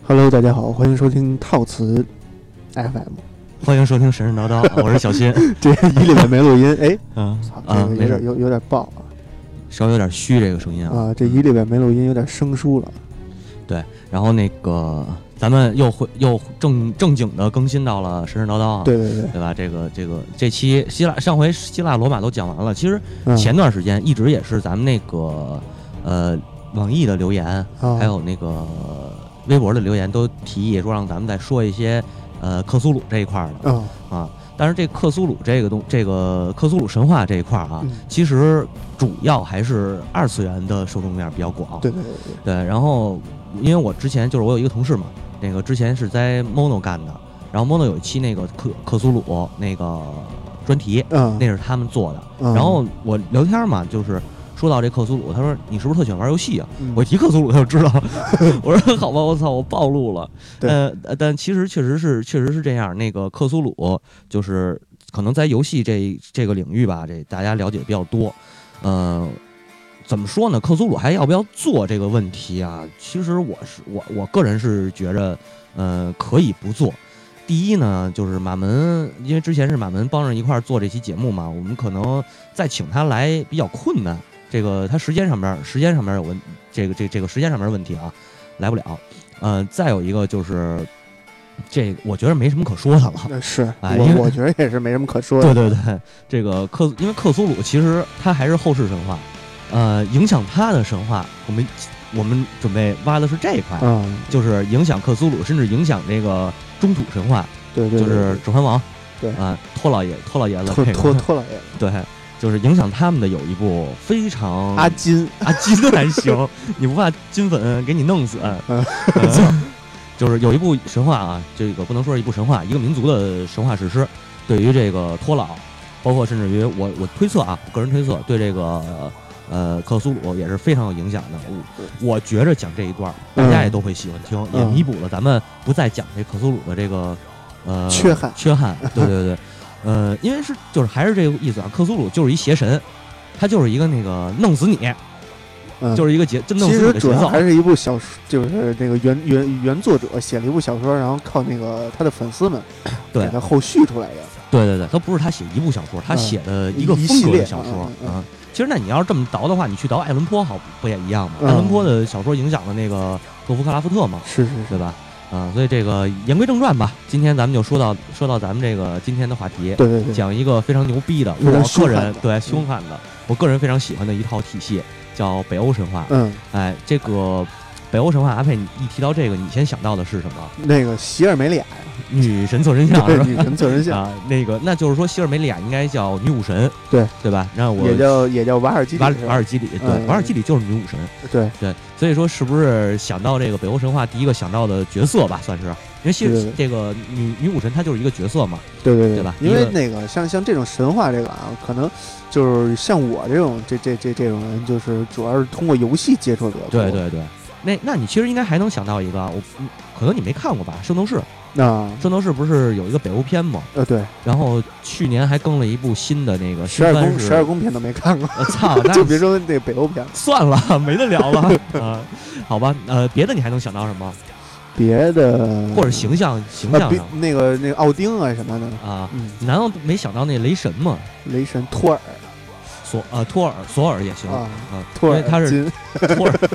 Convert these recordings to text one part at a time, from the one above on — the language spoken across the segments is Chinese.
Hello， 大家好，欢迎收听套词 FM， 欢迎收听神神叨叨，我是小新。 这一里面没录音，哎， 操， 这个有点爆啊， 稍微有点虚这个声音啊， 这一里面没录音，有点生疏了。 对，然后那个咱们又正经的更新到了神神叨叨啊，对吧？这期上回希腊罗马都讲完了，其实前段时间一直也是咱们那个网易的留言，还有那个微博的留言都提议说让咱们再说一些克苏鲁这一块的啊。但是这克苏鲁这个克苏鲁神话这一块啊，其实主要还是二次元的受众面比较广。对。然后因为我之前就是我有一个同事嘛，那个之前是在 Mono 干的，然后 Mono 有一期那个克苏鲁那个专题，那是他们做的。然后我聊天嘛，就是说到这克苏鲁，他说你是不是特喜欢玩游戏啊？我一提克苏鲁他就知道。我说好吧，我操，我暴露了。但其实确实是这样。那个克苏鲁就是可能在游戏这个领域吧，这大家了解比较多。怎么说呢？克苏鲁还要不要做这个问题啊？其实我个人是觉着，可以不做。第一呢，就是马门，因为之前是马门帮着一块做这期节目嘛，我们可能再请他来比较困难。这个他时间上面有这个时间上面的问题啊，来不了。再有一个就是这我觉得没什么可说的了。是， 我觉得也是没什么可说的。 对，这个因为克苏鲁其实它还是后世神话，影响它的神话，我们准备挖的是这一块，就是影响克苏鲁，甚至影响这个中土神话。对，就是指环王。对啊，托老爷子，托老爷子，对。就是影响他们的有一部非常阿金还行，你不怕金粉给你弄死？就是有一部神话啊，这个不能说是一部神话，一个民族的神话史诗，对于这个托老，包括甚至于我推测啊，个人推测对这个克苏鲁也是非常有影响的。我觉着讲这一段大家也都会喜欢听，也弥补了咱们不再讲这克苏鲁的这个缺憾。对。因为就是还是这个意思啊，克苏鲁就是一邪神，他就是一个那个弄死你，就是一个真弄死你的节奏。其实主要还是一部小说，就是那个原作者写了一部小说，然后靠那个他的粉丝们给他后续出来的。 对，他不是他写一部小说，他写的一个风格的小说啊。其实那你要是这么倒的话，你去倒爱伦坡不也一样吗？爱伦坡的小说影响了那个洛夫克拉夫特嘛， 是，对吧？所以这个言归正传吧，今天咱们就说到咱们这个今天的话题， 对， 讲一个非常牛逼的，我个人凶悍的，我个人非常喜欢的一套体系，叫北欧神话。这个北欧神话，阿佩，你一提到这个，你先想到的是什么？ 那个席尔梅里亚， 女神侧身像是吧？ 女神侧身像啊，那就是说席尔梅里亚应该叫女武神，对吧？然后也叫瓦尔基里， 对，瓦尔基里就是女武神，对，所以说是不是想到这个北欧神话第一个想到的角色吧，算是，因为这个女武神她就是一个角色嘛， 对吧？ 因为那个像这种神话这个啊，可能就是像我这种这种人，就是主要是通过游戏接触的。 对，那你其实应该还能想到一个，可能你没看过吧，《圣斗士》。圣斗士不是有一个北欧篇吗？ 对。 然后去年还更了一部新的那个 12宫篇都没看过。 操， 就别说那北欧篇， 算了，没得聊了啊。好吧，别的你还能想到什么？ 别的或者形象上， 那个奥丁啊什么的啊？你难道没想到那雷神吗？ 雷神托尔， 索尔也行啊， 托尔， 因为他是托尔。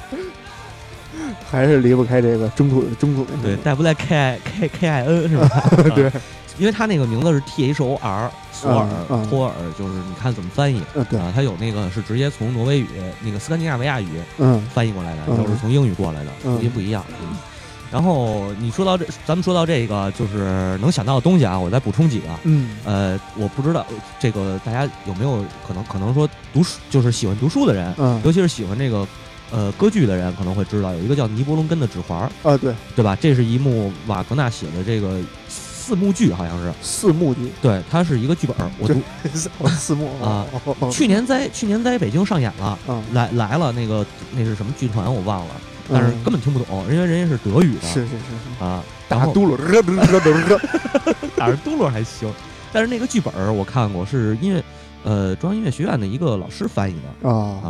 还是离不开这个中土对，带不带 KIN 是吧？ 对， 因为他那个名字是 THOR， 索尔托尔，就是你看怎么翻译？ 对他有那个是直接从挪威语那个斯堪的纳维亚语翻译过来的，就是从英语过来的，不一样。然后咱们说到这个，就是能想到的东西啊，我再补充几个。我不知道这个大家有没有可能说读书，就是喜欢读书的人，尤其是喜欢这个。歌剧的人可能会知道，有一个叫尼伯龙根的指环对吧？这是一幕瓦格纳写的这个4幕剧，好像是 4幕剧， 对，它是一个剧本。我读 4幕啊，去年在北京上演了，来了那是什么剧团我忘了，但是根本听不懂，因为人家是德语的， 是啊， 打嘟噜， 打着嘟噜还行，但是那个剧本我看过，是因为中央音乐学院的一个老师翻译的啊。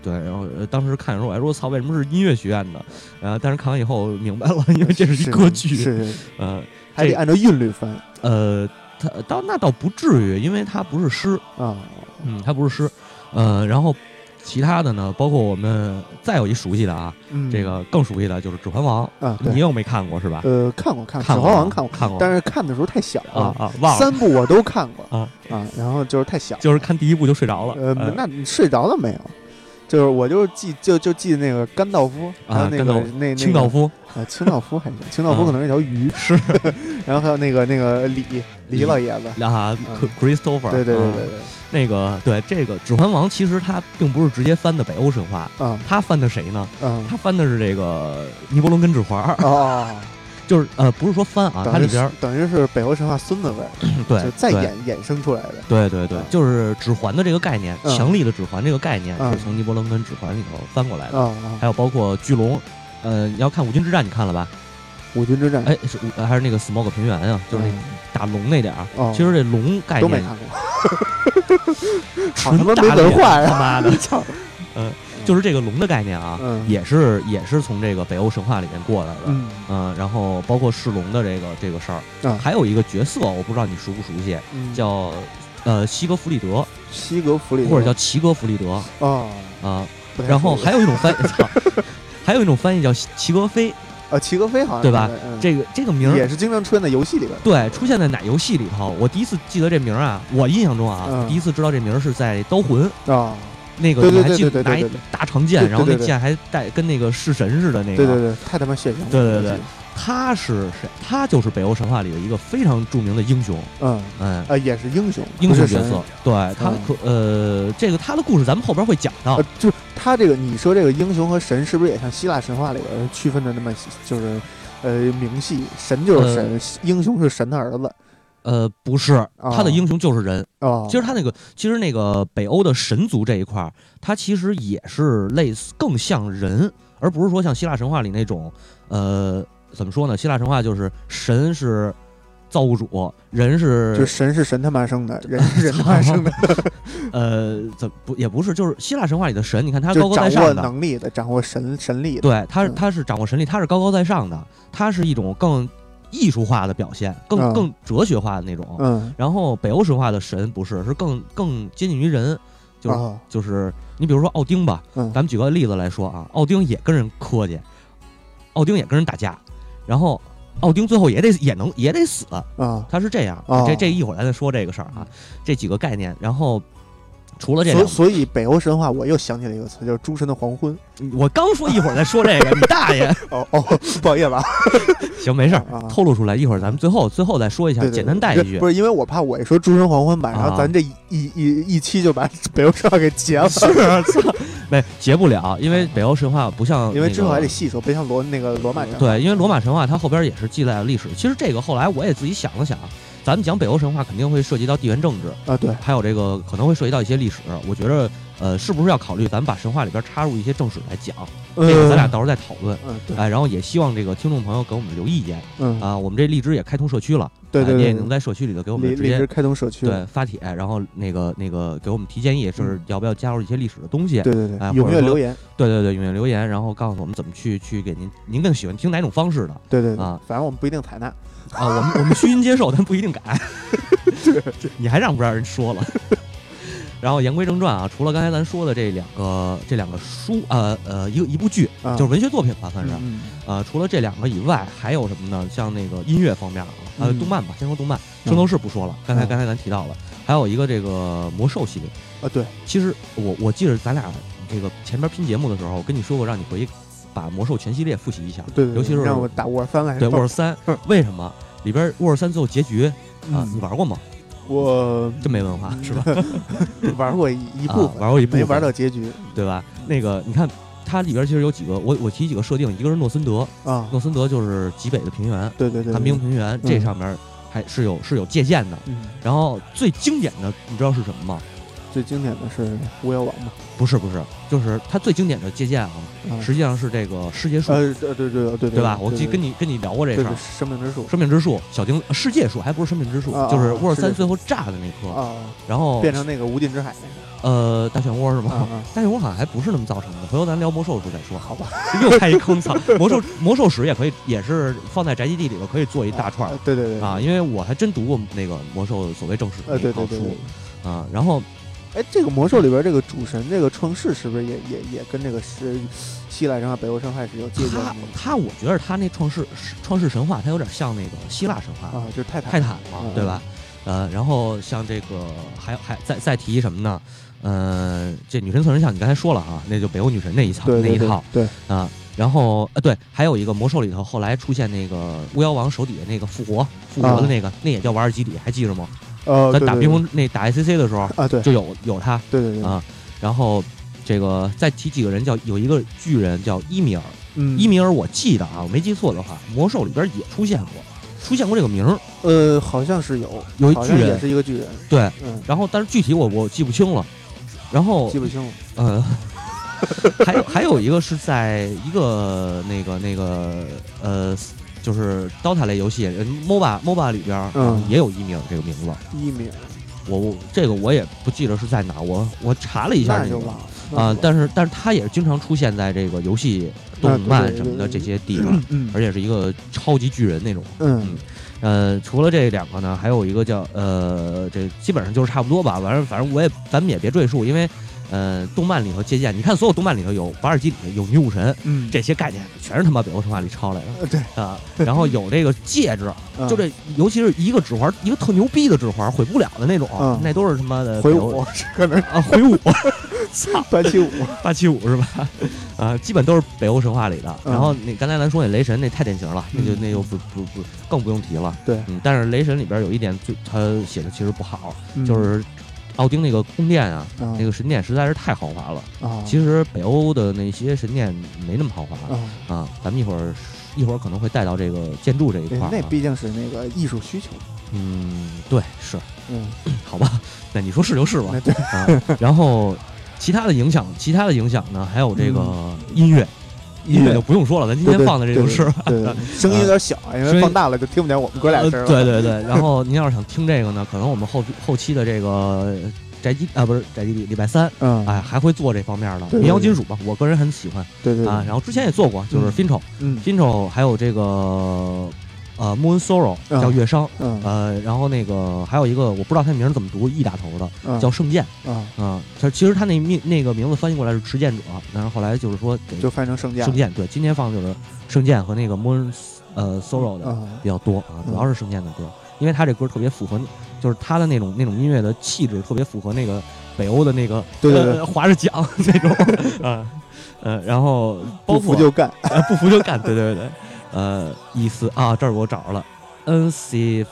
对，然后当时看的时候我还说操，为什么是音乐学院的？但是看完以后明白了，因为这是一歌剧， 是还得按照韵律翻。 它倒不至于，因为它不是诗啊， 它不是诗，然后其他的呢，包括我们再有一熟悉的啊，这个更熟悉的就是《指环王》 啊， 你又没看过是吧？ 看过，《指环王》看过，但是看的时候太小了忘了 ，3部我都看过然后就是太小， 就是看第1部就睡着了。 那你睡着了没有？就是我就记那个甘道夫，还有那个那清道夫清道夫还行，清道夫可能是条鱼是， 然后还有那个李老爷子 Christopher， 对， 那个对这个《指环王》其实它并不是直接翻的北欧神话，他翻的谁呢？他翻的是这个尼伯龙根指环就是不是说翻啊，它里边等于是北欧神话孙子辈对， 就再衍生出来的。 对，就是指环的这个概念，强力的指环这个概念是从尼伯龙根指环里头翻过来的。还有包括巨龙，你要看五军之战，你看了吧？ 五军之战， 还是那个 Smog 平原啊，就是那打龙那点儿。其实这龙概念都没看过， 纯他妈没文化呀！ 他妈的，就是这个龙的概念啊，也是从这个北欧神话里面过来的。然后包括噬龙的这个事儿，还有一个角色，我不知道你熟不熟悉，叫西格弗里德，或者叫齐格弗里德然后还有一种还有一种翻译叫齐格飞。 齐格飞好像对吧？这个名也是经常出现在游戏里边。 对，出现在哪游戏里头？我第一次记得这名啊，我印象中第一次知道这名是在《刀魂》那个你还记得拿一大长剑，然后那剑还带跟那个弑神似的那个。 对，太他妈血腥了。 对，他是谁？他就是北欧神话里的一个非常著名的英雄。 也是英雄角色。对他这个他的故事咱们后边会讲到。 就是他这个你说这个英雄和神是不是也像希腊神话里边区分的那么就是明细？神就是神，英雄是神的儿子。 不是，他的英雄就是人。其实那个北欧的神族这一块，它其实也是类似，更像人，而不是说像希腊神话里那种，怎么说呢？希腊神话就是神是造物主，人是就神是神他妈生的，人是人他妈生的。 也不是，就是希腊神话里的神，你看他高高在上的， 掌握能力的，掌握神力的。 对，他是掌握神力，他是高高在上的，他是一种更艺术化的表现，更哲学化的那种。然后北欧神话的神不是，是更接近于人，就是你比如说奥丁吧，咱们举个例子来说啊，奥丁也跟人磕去，奥丁也跟人打架，然后奥丁最后也得死他是这样。这一会儿咱再说这个事儿啊，这几个概念，然后。除了这个， 所以北欧神话我又想起了一个词，就是诸神的黄昏。 我刚说一会儿再说这个，你大爷！ 不好意思啊。 行，没事儿，透露出来，一会儿咱们最后再说一下，简单带一句。 不是因为我怕我一说诸神黄昏吧，然后咱这一期就把北欧神话给结了。 是，没结不了，因为北欧神话不像， 因为之后还得细说，别像罗马神话。 对，因为罗马神话它后边也是记载了历史。其实这个后来我也自己想了想。咱们讲北欧神话肯定会涉及到地缘政治对， 还有这个可能会涉及到一些历史。我觉得是不是要考虑咱们把神话里边插入一些正史来讲？这个咱俩到时候再讨论。然后也希望这个听众朋友给我们留意见。我们这荔枝也开通社区了。 对， 你也能在社区里头给我们直接开通社区， 对，发帖，然后那个给我们提建议，是要不要加入一些历史的东西？ 对，踊跃留言。 对，踊跃留言，然后告诉我们怎么去给您更喜欢听哪种方式的？ 对反正我们不一定采纳。 我们虚心接受，但不一定改。你还让不让人说了？然后言归正传啊，除了刚才咱说的这两个书，一部剧，就是文学作品吧，算是。除了这两个以外，还有什么呢？像那个音乐方面动漫吧，先说动漫，《圣斗士》不说了，刚才咱提到了，还有一个这个魔兽系列。 对， 其实我记得咱俩这个前边拼节目的时候，我跟你说过，让你回去把魔兽全系列复习一下。 对， 尤其是让我打沃尔3来。 对，沃尔3，为什么里边沃尔3最后结局你玩过吗？ 我真没文化是吧？ 玩过一部分， 玩过一部分， 没玩到结局， 对吧？那个你看它里边其实有几个，我提几个设定，一个是诺森德诺森德就是极北的平原， 对， 寒冰平原，这上面还是有借鉴的。然后最经典的你知道是什么吗？ 最经典的是巫妖王嘛？ 不是，就是它最经典的借鉴啊，实际上是这个世界树。 对吧？我跟你聊过这事儿。 生命之树， 生命之树，小丁世界树还不是生命之树，就是沃尔三最后炸的那棵然后变成那个无尽之海那个。 大漩涡是吗？大漩涡好像还不是那么造成的。回头咱聊魔兽的时候再说， 好吧？ 又开一坑操！魔兽史也可以，也是放在宅基地里边可以做一大串。 对因为我还真读过那个魔兽所谓正史的那套书然后。 这个魔兽里边这个主神这个创世是不是也跟这个是希腊神话、北欧神话是有借鉴的？ 我觉得他那创世神话，它有点像那个希腊神话就是泰坦嘛，对吧？然后像这个还再提什么呢？这女神侧人像你刚才说了啊，那就北欧女神那一套对然后对，还有一个魔兽里头后来出现那个巫妖王手底下那个复活的那个，那也叫瓦尔基里，还记着吗？咱打冰封那打 ICC 的时候对， 就有他， 对然后这个再提几个人，有一个巨人叫伊米尔，伊米尔我记得我没记错的话，魔兽里边也出现过这个名儿，好像是有一巨人， 也是一个巨人， 对，然后但是具体我记不清了，然后记不清了， 还有一个是在一个那个就是 DOTA 类游戏，MOBA 里边也有伊米尔这个名字。 伊米尔， 我这个我也不记得是在哪，我查了一下这个但是他也经常出现在这个游戏、动漫什么的这些地方，而且是一个超级巨人那种。除了这两个呢，还有一个叫这基本上就是差不多吧。反正咱们也别赘述，因为。动漫里头借鉴，你看所有动漫里头有瓦尔基里有女武神，这些概念全是他妈北欧神话里抄来的。 对然后有这个戒指，就这，尤其是一个指环，一个特牛逼的指环，毁不了的那种，那都是他妈的回舞，可能回舞， 操 875是吧？基本都是北欧神话里的。然后那刚才咱说那雷神那太典型了，那就不更不用提了。 对， 但是雷神里边有一点他写的其实不好，就是。奥丁那个宫殿那个神殿实在是太豪华了其实北欧的那些神殿没那么豪华咱们一会儿可能会带到这个建筑这一块那毕竟是那个艺术需求。 对，是，好吧，那你说是就是吧。然后其他的影响呢，还有这个音乐就不用说了，咱今天放的这就是， 声音有点小因为放大了就听不见我们哥俩声了。 对。然后您要是想听这个呢，可能我们后期的这个宅基地礼拜3，还会做这方面的民谣金属吧，我个人很喜欢。 对然后之前也做过，就是 Fincho，还有这个。Moon Sorrow 叫乐章，然后那个还有一个我不知道他名字怎么读，E 打头的叫圣剑，其实他那个名字翻译过来是持剑者，然后后来就是说就翻成圣剑。 圣剑对，今天放的就是圣剑和那个 Moon Sorrow 的比较多主要是圣剑的歌，因为他这歌特别符合，就是他的那种音乐的气质特别符合那个北欧的那个划着桨那种然后包括不服就干， 不服就干，对。意思这儿我找着了 ，NC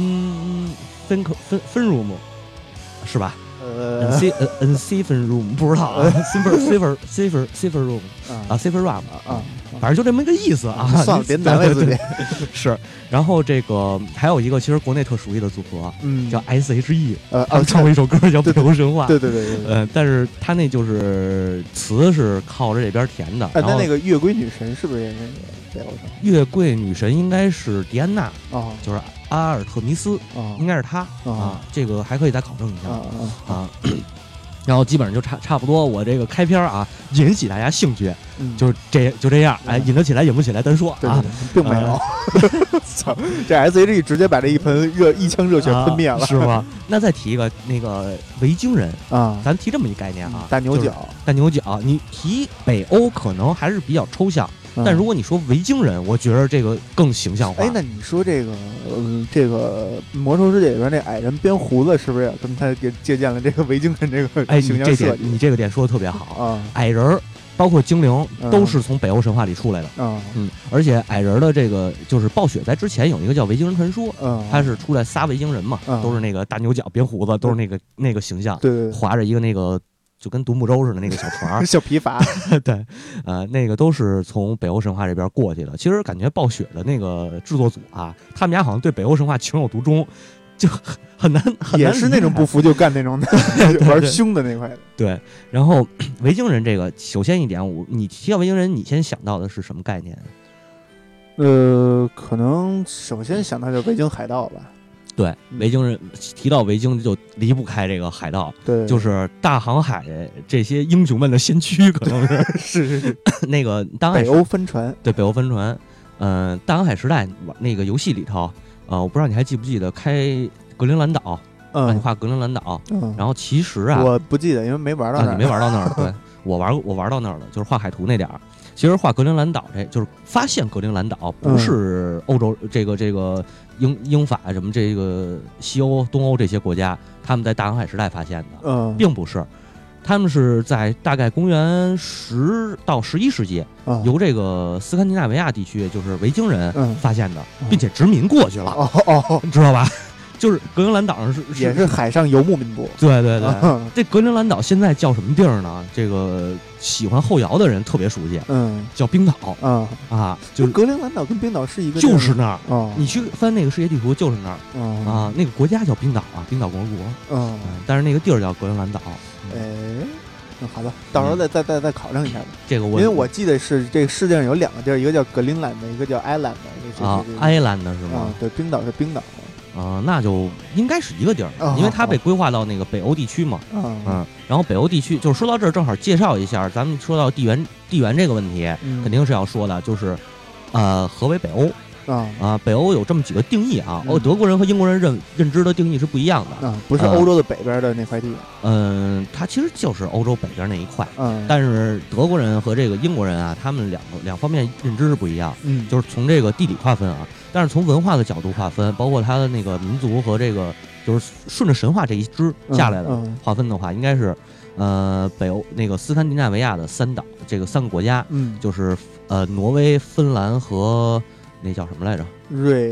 分 room 是吧？NC 分 room 不知道Cipher room Cipher room 反正就这么一个意思算了，别难为自己。 是，然后这个还有一个其实国内特属意的组合，叫 SHE，他们唱过一首歌叫《北欧神话》， 对。 但是他那就是词是靠着这边填的。 那个月桂女神是不是也那个？ 月桂女神应该是迪安娜就是阿尔特弥斯应该是她这个还可以再考证一下然后基本上就差不多，我这个开篇引起大家兴趣，就这样，引得起来引不起来单说并没有。操，这 SHE 直接把这一腔热血喷灭了， 是吗？那再提一个那个维京人咱提这么一概念大牛角， 你提北欧可能还是比较抽象。但如果你说维京人，我觉得这个更形象化。 那你说这个魔兽世界里边那矮人编胡子，是不是也跟他给借鉴了这个维京人这个形象设计？ 你这个点说的特别好矮人包括精灵都是从北欧神话里出来的而且矮人的这个就是暴雪在之前有一个叫维京人传说他是出来仨维京人嘛都是那个大牛角编胡子，都是那个形象， 对， 划着一个那个。就跟独木舟似的那个小船小皮筏对那个都是从北欧神话这边过去的。其实感觉暴雪的那个制作组他们家好像对北欧神话情有独钟， 就很难， 也是那种不服就干那种的玩凶的那块的。 对，然后维京人这个，首先一点，你提到维京人，你先想到的是什么概念？ 可能首先想到就是维京海盗吧。 对，维京人提到维京就离不开这个海盗， 对， 就是大航海这些英雄们的先驱，可能是是那个大北欧帆船， 对，北欧帆船，大航海时代那个游戏里头，我不知道你还记不记得开格陵兰岛，让你画格陵兰岛，然后其实啊， 我不记得，因为没玩到那儿， 你没玩到那儿，对我玩到那儿了，就是画海图那点儿。其实画格陵兰岛就是发现格陵兰岛不是欧洲这个英法什么这个西欧东欧这些国家他们在大航海时代发现的，并不是，他们是在大概公元10到11世纪，由这个斯堪的纳维亚地区就是维京人发现的，并且殖民过去了，你知道吧？就是格陵兰岛上也是海上游牧民族。 对对对，这格陵兰岛现在叫什么地儿呢？这个喜欢后摇的人特别熟悉，叫冰岛。就是格陵兰岛跟冰岛是一个， 就是那儿。你去翻那个世界地图，就是那儿。那个国家叫冰岛啊，冰岛共和国。但是那个地儿叫格陵兰岛。 好吧，到时候再考证一下吧。 这个因为我记得是这个世界上有2个地儿，一个叫格陵兰的，一个叫埃兰的。 埃兰的是吗？ 对，冰岛是冰岛。 那就应该是一个地儿，因为它被规划到那个北欧地区嘛。然后北欧地区就是说到这儿，正好介绍一下，咱们说到地缘这个问题，肯定是要说的，就是何为北欧？北欧有这么几个定义啊。德国人和英国人认知的定义是不一样的。 不是欧洲的北边的那块地。 它其实就是欧洲北边那一块。但是德国人和这个英国人啊，他们两方面认知是不一样。就是从这个地理划分啊，但是从文化的角度划分，包括它的那个民族和这个就是顺着神话这一支下来的划分的话，应该是北欧那个斯堪的纳维亚的3岛，这个3个国家，就是挪威、芬兰和那叫什么来着？瑞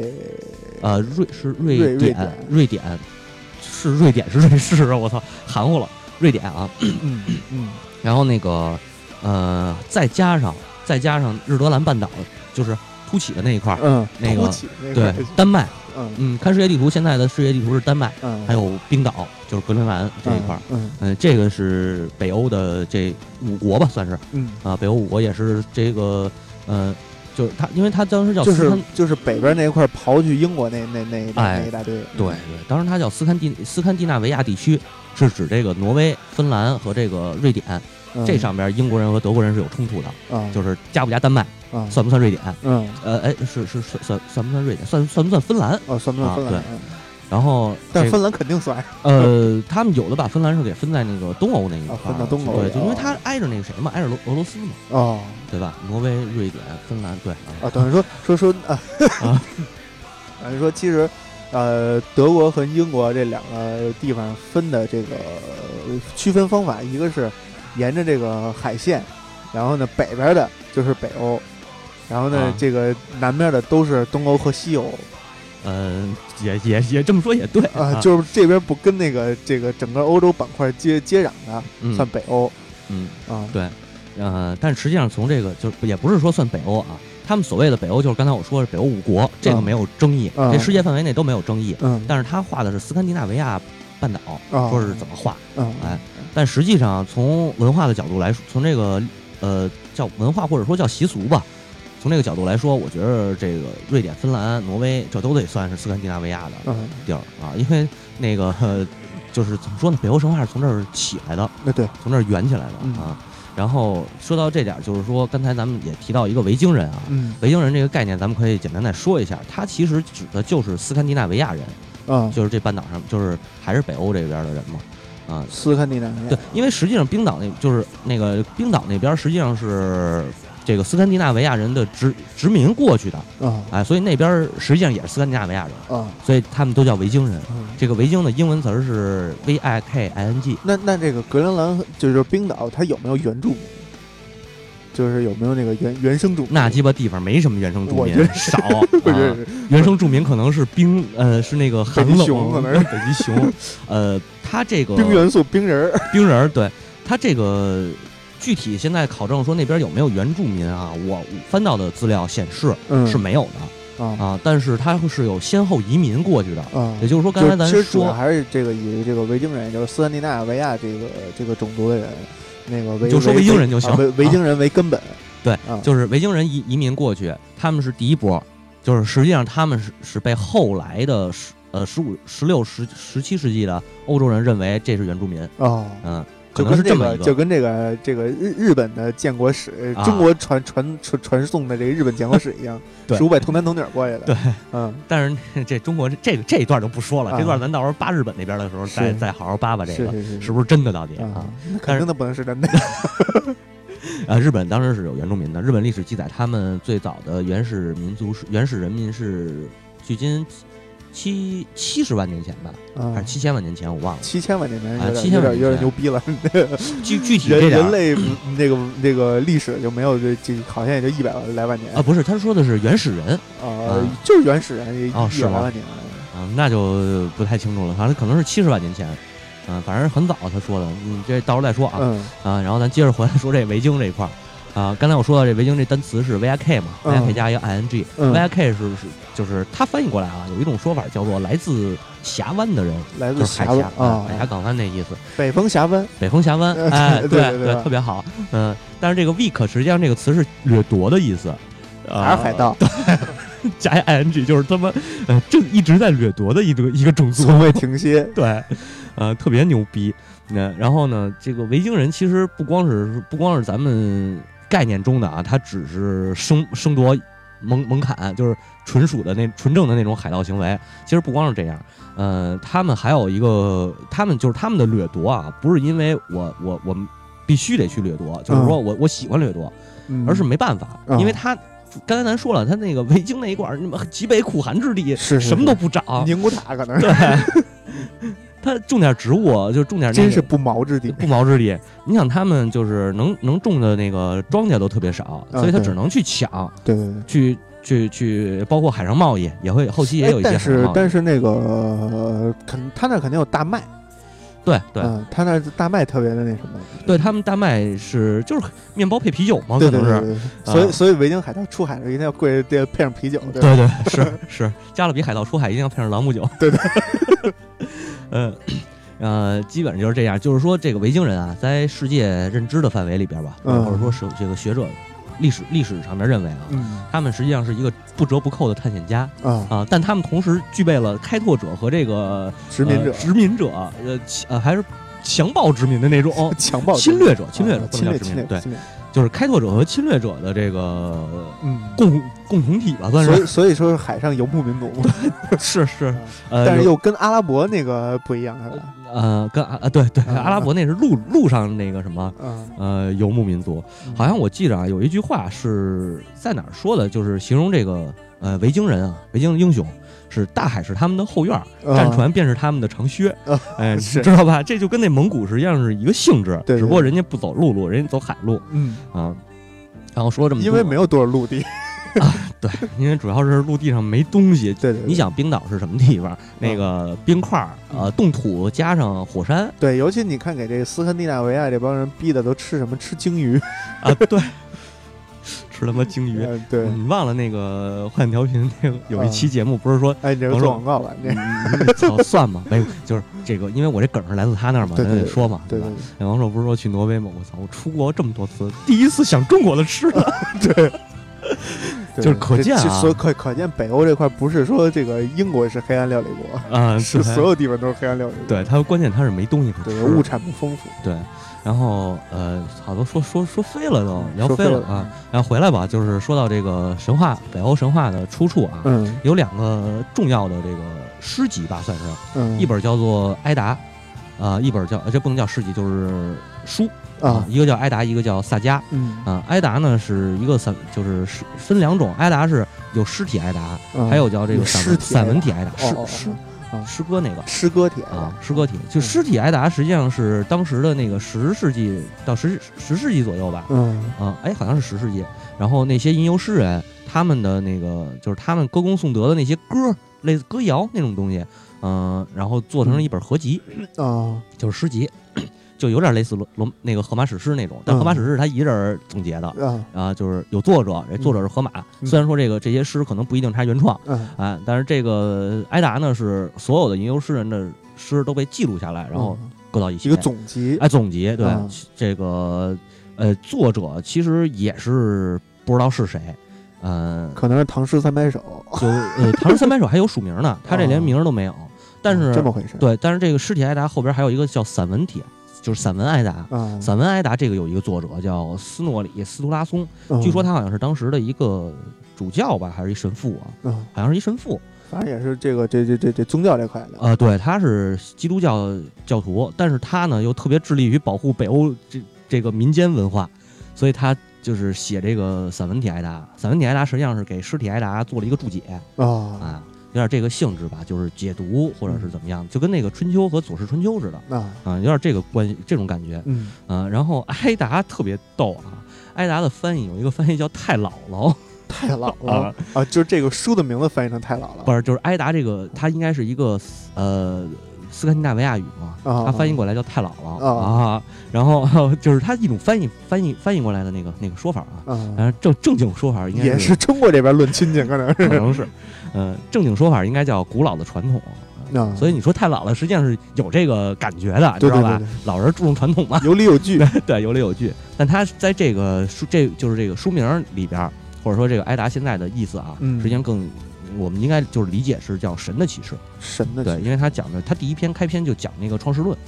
典是瑞士，我操，含糊了，瑞典啊。然后那个再加上日德兰半岛，就是凸起的那一块，那个对丹麦，看世界地图，现在的世界地图是丹麦，还有冰岛，就是格陵兰这一块，这个是北欧的这5国吧，算是，北欧5国也是这个，就是他，因为他当时叫就是北边那一块刨去英国那一大堆， 对，当时他叫斯堪的纳维亚地区，是指这个挪威、芬兰和这个瑞典，这上边英国人和德国人是有冲突的，就是加不加丹麦，算不算瑞典？是算不算瑞典？算不算芬兰？ 算不算芬兰？ 对。然后， 但芬兰肯定算。 他们有的把芬兰是给分在那个东欧那一块， 分到东欧， 对，就因为它挨着那个谁嘛，挨着俄罗斯嘛，对吧？挪威、瑞典、芬兰，对等于说等于说其实，德国和英国这2个地方分的这个区分方法，一个是沿着这个海线，然后呢北边的就是北欧，然后呢这个南边的都是东欧和西欧。 也这么说也对就是这边不跟那个这个整个欧洲板块接壤的，算北欧。 对，但实际上从这个就也不是说算北欧啊，他们所谓的北欧就是刚才我说的北欧5国，这个没有争议，这世界范围内都没有争议。但是他画的是斯堪的纳维亚半岛，说是怎么画，但实际上从文化的角度来说，从这个叫文化或者说叫习俗吧。从这个角度来说，我觉得这个瑞典、芬兰、挪威这都得算是斯堪的纳维亚的地儿因为那个就是怎么说呢，北欧神话是从这儿起来的， 对， 从这儿圆起来的然后说到这点，就是说刚才咱们也提到一个维京人维京人这个概念，咱们可以简单再说一下，它其实指的就是斯堪的纳维亚人，就是这半岛上，就是还是北欧这边的人嘛， 斯堪的纳维亚。 对，因为实际上冰岛就是那个冰岛那边实际上是。这个斯堪的纳维亚人的殖民过去的所以那边实际上也是斯堪的纳维亚人所以他们都叫维京人。这个维京的英文词是 VIKING。 那这个格陵兰就是冰岛，它有没有原住民？就是有没有那个原生住民？ 那鸡巴地方没什么原生住民，少。原生住民可能是是那个寒冷， 北极熊，可能是北极熊。它这个冰元素冰人， 对，它这个。具体现在考证说那边有没有原住民我翻到的资料显示是没有的， 但是他是有先后移民过去的也就是说刚才咱说， 其实主要还是这个以这个维京人，就是斯堪的纳维亚这个种族的人，那个就说维京人就行， 维京人为根本。 对，就是维京人移民过去，他们是第一波，就是实际上他们是被后来的15、16、17世纪的欧洲人认为这是原住民可能是这么一个， 就跟这个日本的建国史，中国传送的这个日本建国史一样，1500童男童女过来的。 对，但是这中国这一段就不说了，这段咱到时候扒日本那边的时候再好好扒这个是不是真的到底肯定的不能是真的。 日本当时是有原住民的，日本历史记载他们最早的原始人民是距今70万年前吧，还是7000万年前，我忘了。 7000万年前有点牛逼了。具体人类那个历史就没有这好像也就100来万年不是，他说的是原始人就是原始人100来万年那就不太清楚了，反正可能是70万年前。反正很早他说的，这到时候再说然后咱接着回来说这维京这一块刚才我说到这维京这单词是 VIK 嘛，VIK 加一个 ING，VIK 就是它翻译过来有一种说法叫做来自峡湾的人， 来自峡湾海峡港湾那意思， 北风峡湾， 对，特别好，但是这个 weak 实际上这个词是掠夺的意思， 还是海盗， 加一 ING 就是他妈正一直在掠夺的一个种族， 从未停歇， 对。特别牛逼，然后呢，这个维京人其实不光是咱们概念中的他只是争夺蒙坎，就是纯正的那种海盗行为。其实不光是这样，他们还有一个，他们的掠夺不是因为我必须得去掠夺，就是说我喜欢掠夺，而是没办法，因为他。刚才咱说了，他那个维京那一块极北苦寒之地，什么都不长， 宁古塔可能是。 对，他种点植物，就种点真是不毛之地。 你想他们就是能种的那个庄稼都特别少，所以他只能去抢。 对， 去，包括海上贸易也会，后期也有一些海上贸易。 但是那个他那肯定有大麦。 对， 他那大麦特别的那什么， 对他们大麦就是面包配啤酒嘛，可能是，所以维京海盗出海的一定要配上啤酒， 对，是加勒比海盗出海一定要配上朗姆酒， 对， 基本上就是这样，就是说这个维京人在世界认知的范围里边吧，或者说是这个学者。历史上面认为他们实际上是一个不折不扣的探险家但他们同时具备了开拓者和这个殖民者还是强暴殖民的那种侵略者不能叫殖民，对，就是开拓者和侵略者的这个共同体吧，算是。 所以说是海上游牧民族是， 但是又跟阿拉伯那个不一样，是吧？ 对，阿拉伯那是陆上那个什么游牧民族，好像我记着有一句话是在哪儿说的，就是形容这个维京人维京英雄是大海是他们的后院，战船便是他们的长靴，你知道吧？这就跟那蒙古实际上是一个性质，只不过人家不走陆路，人家走海路，然后说这么多， 因为没有多少陆地。 对，因为主要是陆地上没东西。 对， 你想冰岛是什么地方？那个冰块冻土加上火山。 对，尤其你看给这个斯堪的纳维亚这帮人逼的都吃什么？吃鲸鱼对，吃他妈鲸鱼。 对， 你忘了那个幻调频那个有一期节目不是说你这个做广告吧？ 算吗？没有，就是这个，因为我这梗是来自他那儿嘛，咱得说嘛。 对， 王朔不是说去挪威吗？我操，我出国这么多次，第一次想中国的吃了。 对。 就是可见可见北欧这块不是说这个英国是黑暗料理国是所有地方都是黑暗料理国。 对，它关键它是没东西可吃， 物产不丰富。 对，然后好多说飞了都聊飞了然后回来吧，就是说到这个神话，北欧神话的出处有2个重要的这个诗集吧，算是一本叫做埃达一本叫这不能叫诗集，就是书。一个叫埃达，一个叫萨迦。埃达呢是一个就是分2种，埃达是有诗体埃达，还有叫这个散文体埃达，诗歌那个诗歌体诗歌体，就诗体埃达实际上是当时的那个10世纪到10世纪左右吧，好像是10世纪。然后那些吟游诗人，他们的那个就是他们歌功颂德的那些歌，类似歌谣那种东西，然后做成了一本合集，就是诗集。 就有点类似那个荷马史诗那种，但荷马史诗他一人总结的就是有作者，这作者是荷马。虽然说这些诗可能不一定是他原创但是这个埃达呢是所有的吟游诗人的诗都被记录下来，然后搁到一起， 一个总集。 总集对这个作者其实也是不知道是谁。 可能是唐诗300首， 唐诗300首还有署名呢，他这连名都没有。但是这么回事？ 对，但是这个诗体埃达后边还有一个叫散文体，就是散文埃达。散文埃达这个有一个作者叫斯诺里斯图拉松，据说他好像是当时的一个主教吧，还是一神父好像是一神父。 反正也是这宗教这块的。对，他是基督教教徒，但是他呢又特别致力于保护北欧这个民间文化，所以他就是写这个散文体埃达。散文体埃达实际上是给诗体埃达做了一个注解有点这个性质吧，就是解读或者是怎么样，就跟那个春秋和左氏春秋似的有点这个关系，这种感觉。然后埃达特别逗埃达的翻译有一个翻译叫太姥姥。 太姥姥就是这个书的名字翻译成太姥姥， 不是，就是埃达这个，它应该是一个斯堪的纳维亚语嘛，它翻译过来叫太姥姥然后就是它一种翻译过来的那个说法然后正经说法应该也是中国这边论亲戚，可能是正经说法应该叫古老的传统所以你说太姥姥实际上是有这个感觉的，知道吧？老人注重传统嘛， 有理有据对，有理有据。但他在这个就是这个书名里边，或者说这个埃达现在的意思实际上我们应该就是理解是叫神的启示， 神的启示。 对，因为他讲的，他第一篇开篇就讲那个创世论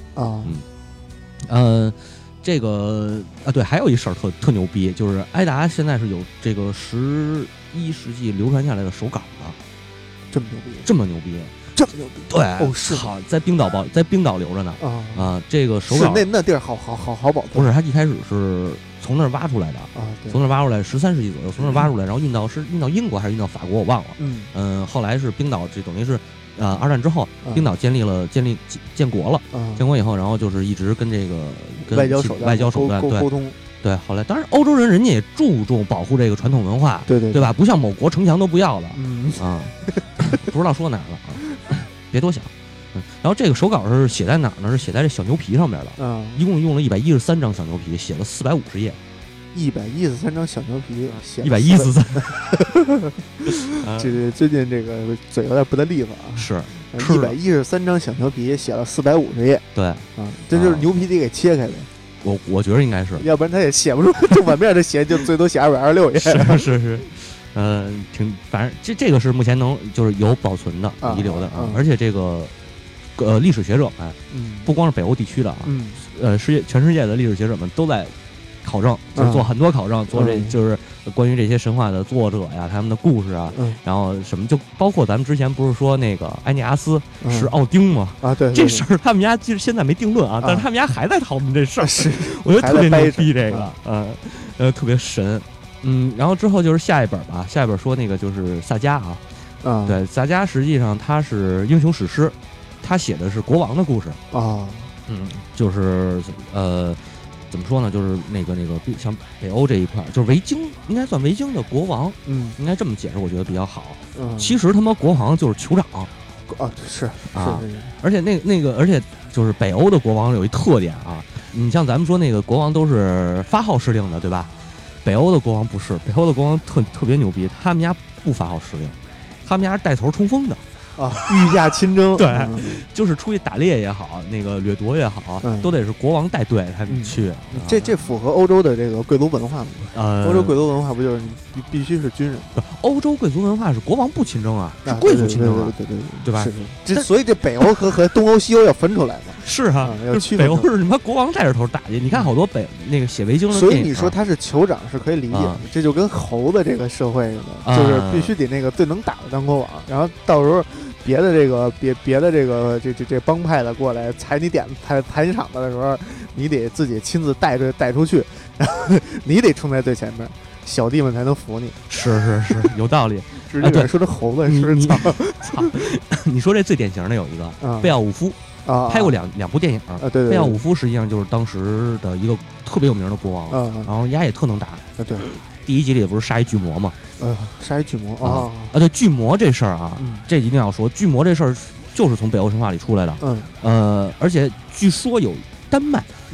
这个对，还有一事儿特牛逼，就是埃达现在是有这个11世纪流传下来的手稿的， 这么牛逼， 对， 是好，在冰岛留着呢这个手稿那地儿好保存。 不是，他一开始是从那儿挖出来的从那儿挖出来13世纪左右，从那儿挖出来，然后运到英国还是运到法国，我忘了。后来是冰岛，这等于是二战之后，冰岛建国了，建国以后，然后就是一直跟这个外交手段对沟通。 对，后来当然欧洲人家也注重保护这个传统文化， 对吧？不像某国城墙都不要的，不知道说哪儿了别多想。然后这个手稿是写在哪儿呢？是写在这小牛皮上面的，一共用了113张小牛皮，写了450页。 113张小牛皮，写 113。 这最近这个嘴有点不得利索是 113张小牛皮写了450页。 对这就是牛皮得给切开呗。 我觉得应该是， 要不然他也写不出正反面的写，就最多写226页。 是，反正这个是目前就是有保存的遗留的而且这个历史学者们，不光是北欧地区的全世界的历史学者们都在考证，就是做很多考证，做就是关于这些神话的作者呀，他们的故事然后什么，就包括咱们之前不是说那个埃尼阿斯是奥丁吗？ 对， 这事儿他们家其实现在没定论但是他们家还在讨论这事儿，我觉得特别牛逼这个，特别神。然后之后就是下一本吧，下一本说那个就是萨迦对，萨迦实际上他是英雄史诗，他写的是国王的故事就是怎么说呢？就是那个像北欧这一块，就是维京，应该算维京的国王，应该这么解释，我觉得比较好。其实他妈国王就是酋长， 是而且而且就是北欧的国王有一特点你像咱们说那个国王都是发号施令的，对吧？北欧的国王不是，北欧的国王特别牛逼，他们家不发号施令，他们家是带头冲锋的。 御驾亲征， 对，就是出去打猎也好，那个掠夺也好，都得是国王带队才能去。 这符合欧洲的这个贵族文化吗？欧洲贵族文化不就是你必须是军人？ 欧洲贵族文化是国王不亲征是贵族亲征对吧？ 所以这北欧和东欧、西欧要分出来嘛。 是要区分。 北欧是你妈国王带着头打去，你看好多那个写维京的， 所以你说他是酋长是可以理解的，这就跟猴子这个社会似的，就是必须得那个最能打的当国王，然后到时候。别的这个这帮派的过来踩你场子的时候，你得自己亲自带出去，然后你得冲在最前面，小弟们才能服你。 是有道理。 对，说这猴子是操！ 你说这最典型的有一个贝奥武夫拍过两部电影对， 贝奥武夫实际上就是当时的一个特别有名的国王然后丫也特能打对。 第一集里不是杀一巨魔吗？ 杀一巨魔对，巨魔这事儿这一定要说，巨魔这事儿就是从北欧神话里出来的。而且据说有丹麦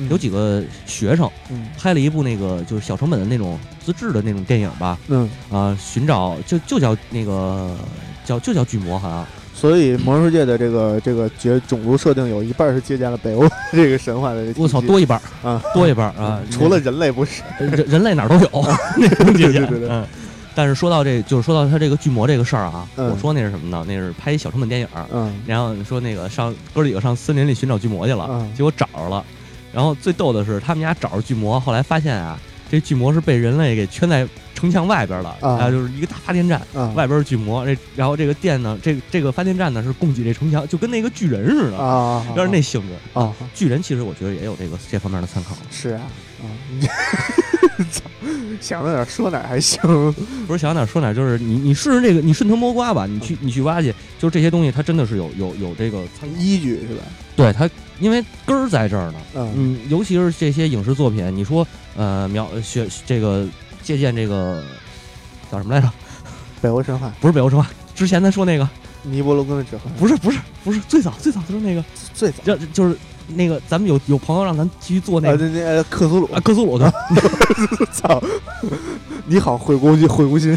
有几个学生拍了一部那个就是小成本的那种自制的那种电影吧，寻找就叫那个就叫巨魔好像。 所以魔兽世界的这个种族设定有一半是借鉴了北欧这个神话的。 我操，多一半啊，多一半啊！ 除了人类不是， 人类哪儿都有那种借鉴。 对。 但是说到他这个巨魔这个事儿啊，我说那是什么呢？那是拍一小成本电影，然后说那个哥几个上森林里寻找巨魔去了，结果找着了。然后最逗的是，他们家找着巨魔，后来发现啊，这巨魔是被人类给圈在城墙外边了，就是一个大发电站，外边是巨魔，然后这个电呢，这个发电站呢是供给这城墙，就跟那个巨人似的有点那性质啊。巨人其实我觉得也有这方面的参考。 是啊，想到哪儿说哪儿还行， 不是想到哪儿说哪儿，就是你试试这个，你顺藤摸瓜吧，你去挖去，就是这些东西它真的是有这个依据是吧？ 对，它因为根儿在这儿呢，尤其是这些影视作品，你说学这个借鉴这个叫什么来着？ 北欧神话？ 不是北欧神话，之前咱说那个尼伯龙根的指环？ 不是，最早就是那个最早就是那个咱们有朋友让咱继续做那个克苏鲁克苏鲁的， 操！你好，悔过心，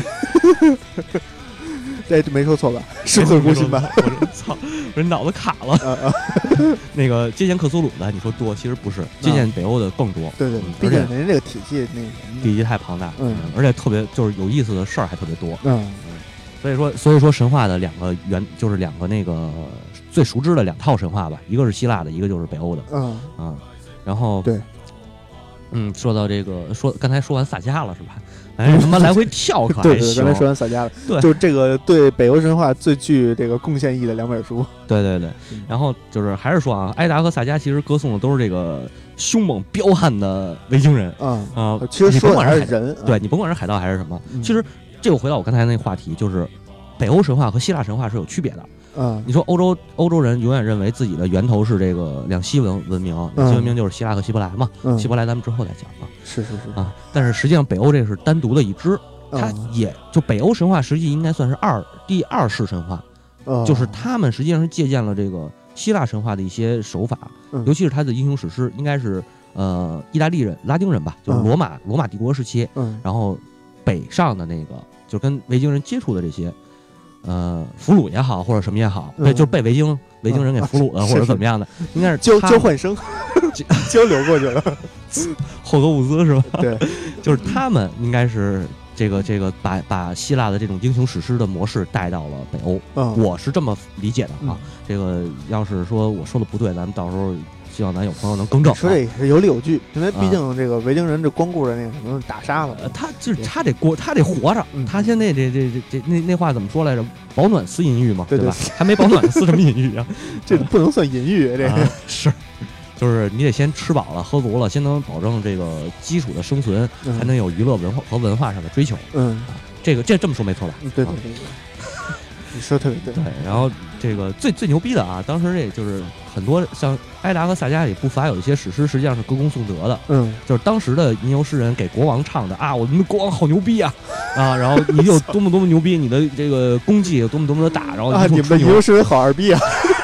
这没说错吧？是悔过心吧？ 我操，人脑子卡了。那个借鉴克苏鲁的，你说多，其实不是，借鉴北欧的更多。 对，毕竟人家这个体系体系太庞大，而且特别就是有意思的事儿还特别多。所以说神话的两个就是两个那个最熟知的两套神话吧，一个是希腊的，一个就是北欧的。然后对， 说到这个刚才说完萨迦了是吧？哎，他妈来回跳可还行。 对，刚才说完萨迦了， 对， 就这个对北欧神话最具这个贡献意义的两本书。 对，然后就是还是说啊，埃达和萨迦其实歌颂的都是这个凶猛彪悍的维京人其实说的还是人， 对你甭管是海盗还是什么，其实这个回到我刚才那个话题，就是北欧神话和希腊神话是有区别的。你说欧洲人永远认为自己的源头是这个两西文明，两西文明就是希腊和希伯来嘛。希伯来咱们之后再讲啊。 是啊，但是实际上北欧这是单独的一支，它也就北欧神话实际应该算是第二世神话，就是他们实际上是借鉴了这个希腊神话的一些手法，尤其是他的英雄史诗，应该是意大利人、拉丁人吧，就是罗马帝国时期，然后北上的那个就跟维京人接触的这些。俘虏也好，或者什么也好，就是被维京人给俘虏的，或者怎么样的，应该是交换生交流过去了， 霍格伍兹是吧？ 对， 就是他们应该是这个把希腊的这种英雄史诗的模式带到了北欧，我是这么理解的啊。这个要是说我说的不对，咱们到时候希望咱有朋友能更正。 说这也是有理有据，因为毕竟这个维京人这光顾着那个什么打杀了， 他就是他得活着，他现在那话怎么说来着？保暖思淫欲嘛，对吧？还没保暖思什么淫欲啊？ 这不能算淫欲，这个是，就是你得先吃饱了喝足了，先能保证这个基础的生存，才能有娱乐文化上的追求。这么说没错吧？ 对，你说特别对。 对，然后这个最牛逼的啊，当时这就是很多像埃达和萨迦里不乏有一些史诗，实际上是歌功颂德的。就是当时的吟游诗人给国王唱的啊，我们的国王好牛逼啊，然后你有多么牛逼，你的这个功绩有多么的大，然后你们的吟游诗人好二逼啊。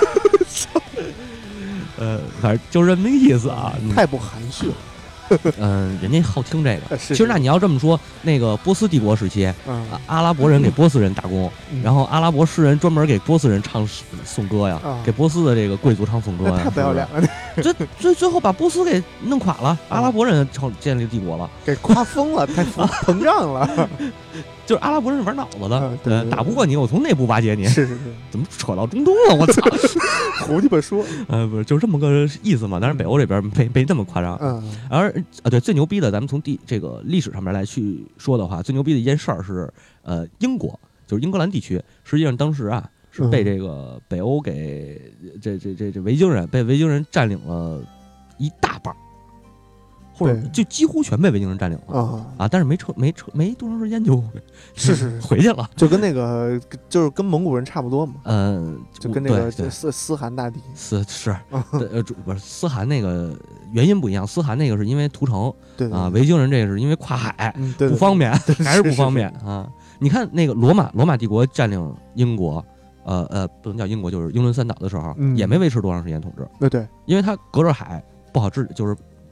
反正就这么个意思啊， 太不含蓄了。 人家好听这个。其实那你要这么说，那个波斯帝国时期，阿拉伯人给波斯人打工，然后阿拉伯诗人专门给波斯人唱颂歌呀，给波斯的这个贵族唱颂歌呀， 太不要脸了。 最后把波斯给弄垮了，阿拉伯人建立帝国了， 给夸疯了，太膨胀了。 就是阿拉伯人玩脑子的，对，打不过你，我从内部瓦解你。 是， 怎么扯到中东了？我操， 胡鸡巴说， 不是，就这么个意思嘛。但是北欧这边没那么夸张。而对，最牛逼的，咱们从这个历史上面来去说的话，最牛逼的一件事儿是，英国，就是英格兰地区，实际上当时啊是被这个北欧给这维京人被维京人占领了一大半。或者就几乎全被维京人占领了但是没多长时间就是回去了， 就跟那个就是跟蒙古人差不多嘛，就跟那个斯汗大帝是不是斯汗那个原因不一样，斯汗那个是因为屠城，维京人这个是因为跨海不方便，还是不方便啊？你看那个罗马帝国占领英国，不能叫英国，就是英伦三岛的时候，也没维持多长时间统治， 对， 因为他隔着海不好治，就是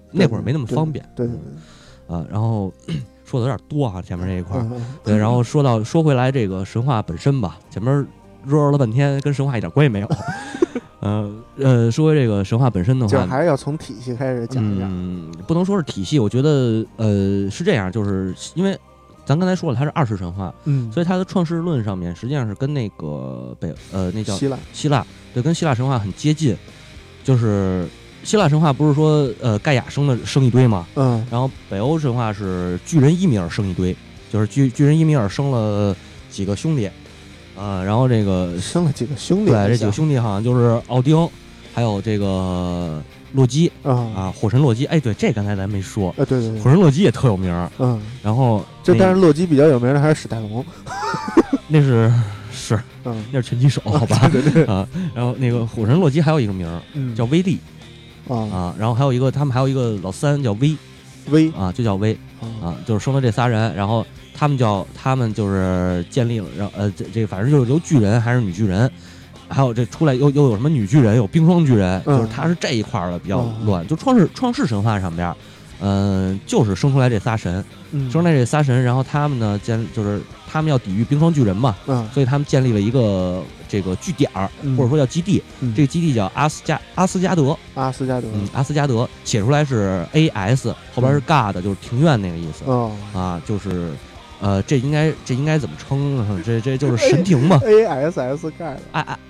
那会儿没那么方便。 对。 然后说的有点多啊，前面这一块对，然后说回来这个神话本身吧，前面热了半天，跟神话一点关系没有。说回这个神话本身的话， 就还是要从体系开始讲一讲。 不能说是体系，我觉得是这样，就是因为咱刚才说了，它是20神话，所以它的创世论上面实际上是跟那个那叫希腊，对，跟希腊神话很接近。就是希腊神话不是说盖亚生一堆吗？然后北欧神话是巨人伊米尔生一堆，就是巨人伊米尔生了几个兄弟。然后这个生了几个兄弟， 对，这几个兄弟好像就是奥丁，还有这个洛基火神洛基。哎，对，这刚才咱没说。 对， 火神洛基也特有名。然后但是洛基比较有名的还是史泰龙， 那是那是拳击手，好吧？ 对然后那个火神洛基还有一个名叫威利然后还有一个他们还有一个老三叫威就叫威就是生了这仨人，然后他们就是建立了，然后这反正就是由巨人还是女巨人，还有这出来又有什么女巨人，有冰霜巨人，就是他是这一块的比较乱。就创世神话上边，就是生出来这仨神，生出来这仨神，然后他们呢就是他们要抵御冰霜巨人嘛，所以他们建立了一个这个据点或者说叫基地，这个基地叫阿斯加德，阿斯加德写出来是 AS， 后边是 God， 就是庭院那个意思就是。这应该怎么称？这就是神庭嘛。 ASS 盖的。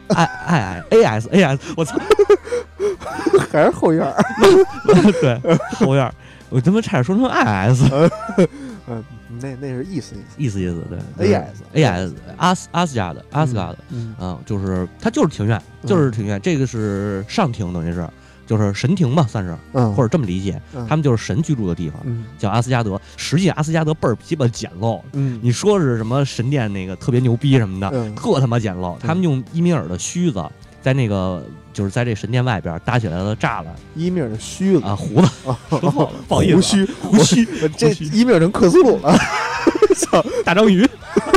AS， 我操， 还是后院。 对，后院，我他妈差点说成 IS。 那是意思， 对。AS 阿斯加的，就是它就是庭院，这个是上庭，等于是。就是神庭嘛，算是，或者这么理解，他们就是神居住的地方，叫阿斯加德。实际阿斯加德倍儿鸡巴简陋，你说是什么神殿那个特别牛逼什么的，特他妈简陋。他们用伊米尔的须子，在那个就是在这神殿外边搭起来了栅栏。 伊米尔的须子胡子，不好意思，胡须， 这伊米尔成克苏鲁了， 操，大章鱼。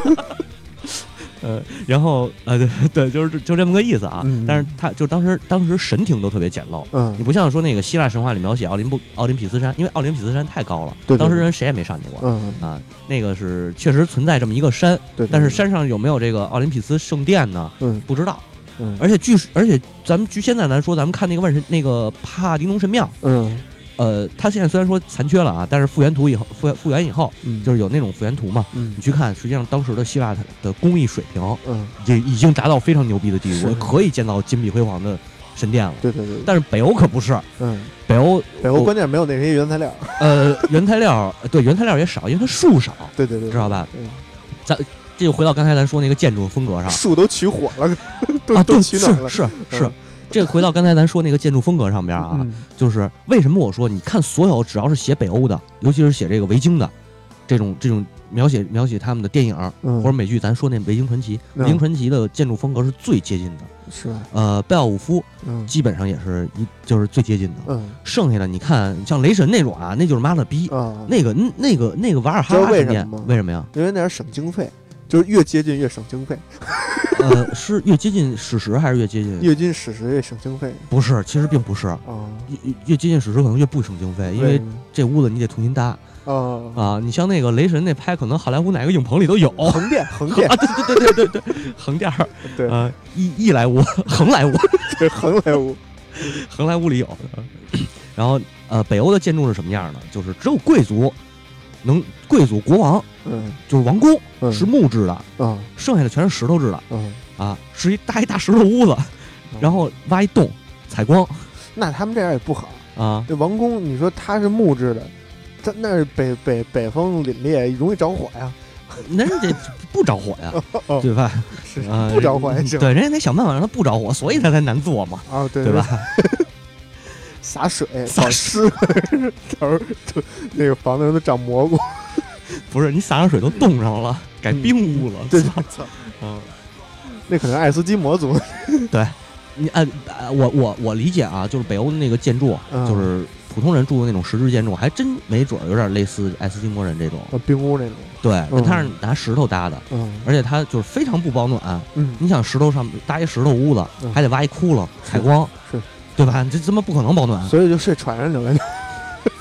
然后对，就这么个意思啊。但是他就当时神庭都特别简陋。你不像说那个希腊神话里描写奥林匹斯山，因为奥林匹斯山太高了，当时人谁也没上去过。那个是确实存在这么一个山，但是山上有没有这个奥林匹斯圣殿呢？不知道。而且现在咱说，咱们看那个那个帕迪农神庙，它现在虽然说残缺了啊，但是复原以后，就是有那种复原图嘛，你去看，实际上当时的希腊的工艺水平，也已经达到非常牛逼的地步，可以建造金碧辉煌的神殿了。 对。 但是北欧可不是，北欧关键没有那些原材料。 原材料也少，因为它树少。 对， 知道吧？这就回到刚才咱说那个建筑风格上， 树都取火了， 都取暖了。是。这回到刚才咱说那个建筑风格上边啊，就是为什么我说你看所有只要是写北欧的，尤其是写这个维京的，这种描写他们的电影或者美剧，咱说那维京传奇，维京传奇的建筑风格是最接近的。 是贝奥武夫基本上也是就是最接近的。剩下的你看像雷神那种啊，那就是妈的逼。那个瓦尔哈拉神殿为什么呀？ 因为那是省经费。就是越接近越省经费， 是越接近史实还是越接近史实越省经费？ 不是，其实并不是越接近史实可能越不省经费，因为这屋子你得重新搭你像那个雷神那拍，可能好莱坞哪个影棚里都有横店啊，对，横店对易莱坞，横莱坞， 对，横莱坞里有。然后北欧的建筑是什么样的？就是只有贵族国王，就是王宫是木质的，剩下的全是石头制的，是一大石头屋子，然后挖一洞采光。 那他们这样也不好啊。 这王宫，你说它是木质的，它那是北风凛冽，容易着火呀。 那人家不着火呀，对吧？ 是不着火也行。 对，人家得想办法让它不着火，所以它才难做嘛。对吧？ 洒水保湿，到时候那个房子上都长蘑菇。 不是，你洒上水都冻上了，改冰屋了。 对，操，那可能爱斯基摩族。 对，你我理解啊，就是北欧的那个建筑，就是普通人住的那种石质建筑，还真没准有点类似爱斯基摩人这种冰屋那种。 对，它是拿石头搭的，而且它就是非常不保暖。你想石头上搭一石头屋子，还得挖一窟窿采光， 是。 对吧？这他妈不可能保暖， 所以就睡船上去了。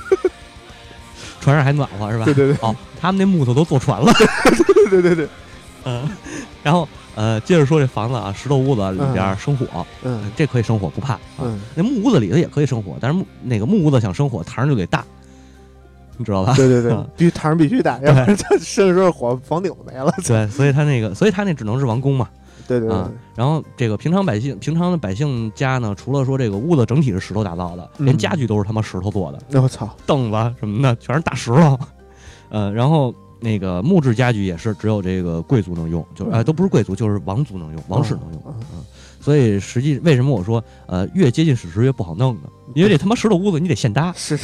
船上还暖和是吧？ 对对对。 哦，他们那木头都坐船了。 对对对。 然后接着说这房子啊，石头屋子里边生火，这可以生火不怕啊。那木屋子里头也可以生火，但是那个木屋子想生火，膛就得大，你知道吧？ 对对对，膛必须大，要不然它生着火房顶没了。 对，所以他那只能是王宫嘛。 对对对。 然后这个平常的百姓家呢，除了说这个屋子整体是石头打造的，连家具都是他妈石头做的。 我操， 凳子什么的全是大石头。然后那个木质家具也是只有这个贵族能用，就是都不是贵族，就是王族能用，王室能用。所以实际为什么我说越接近史实越不好弄呢？因为这他妈石头屋子你得现搭。 是。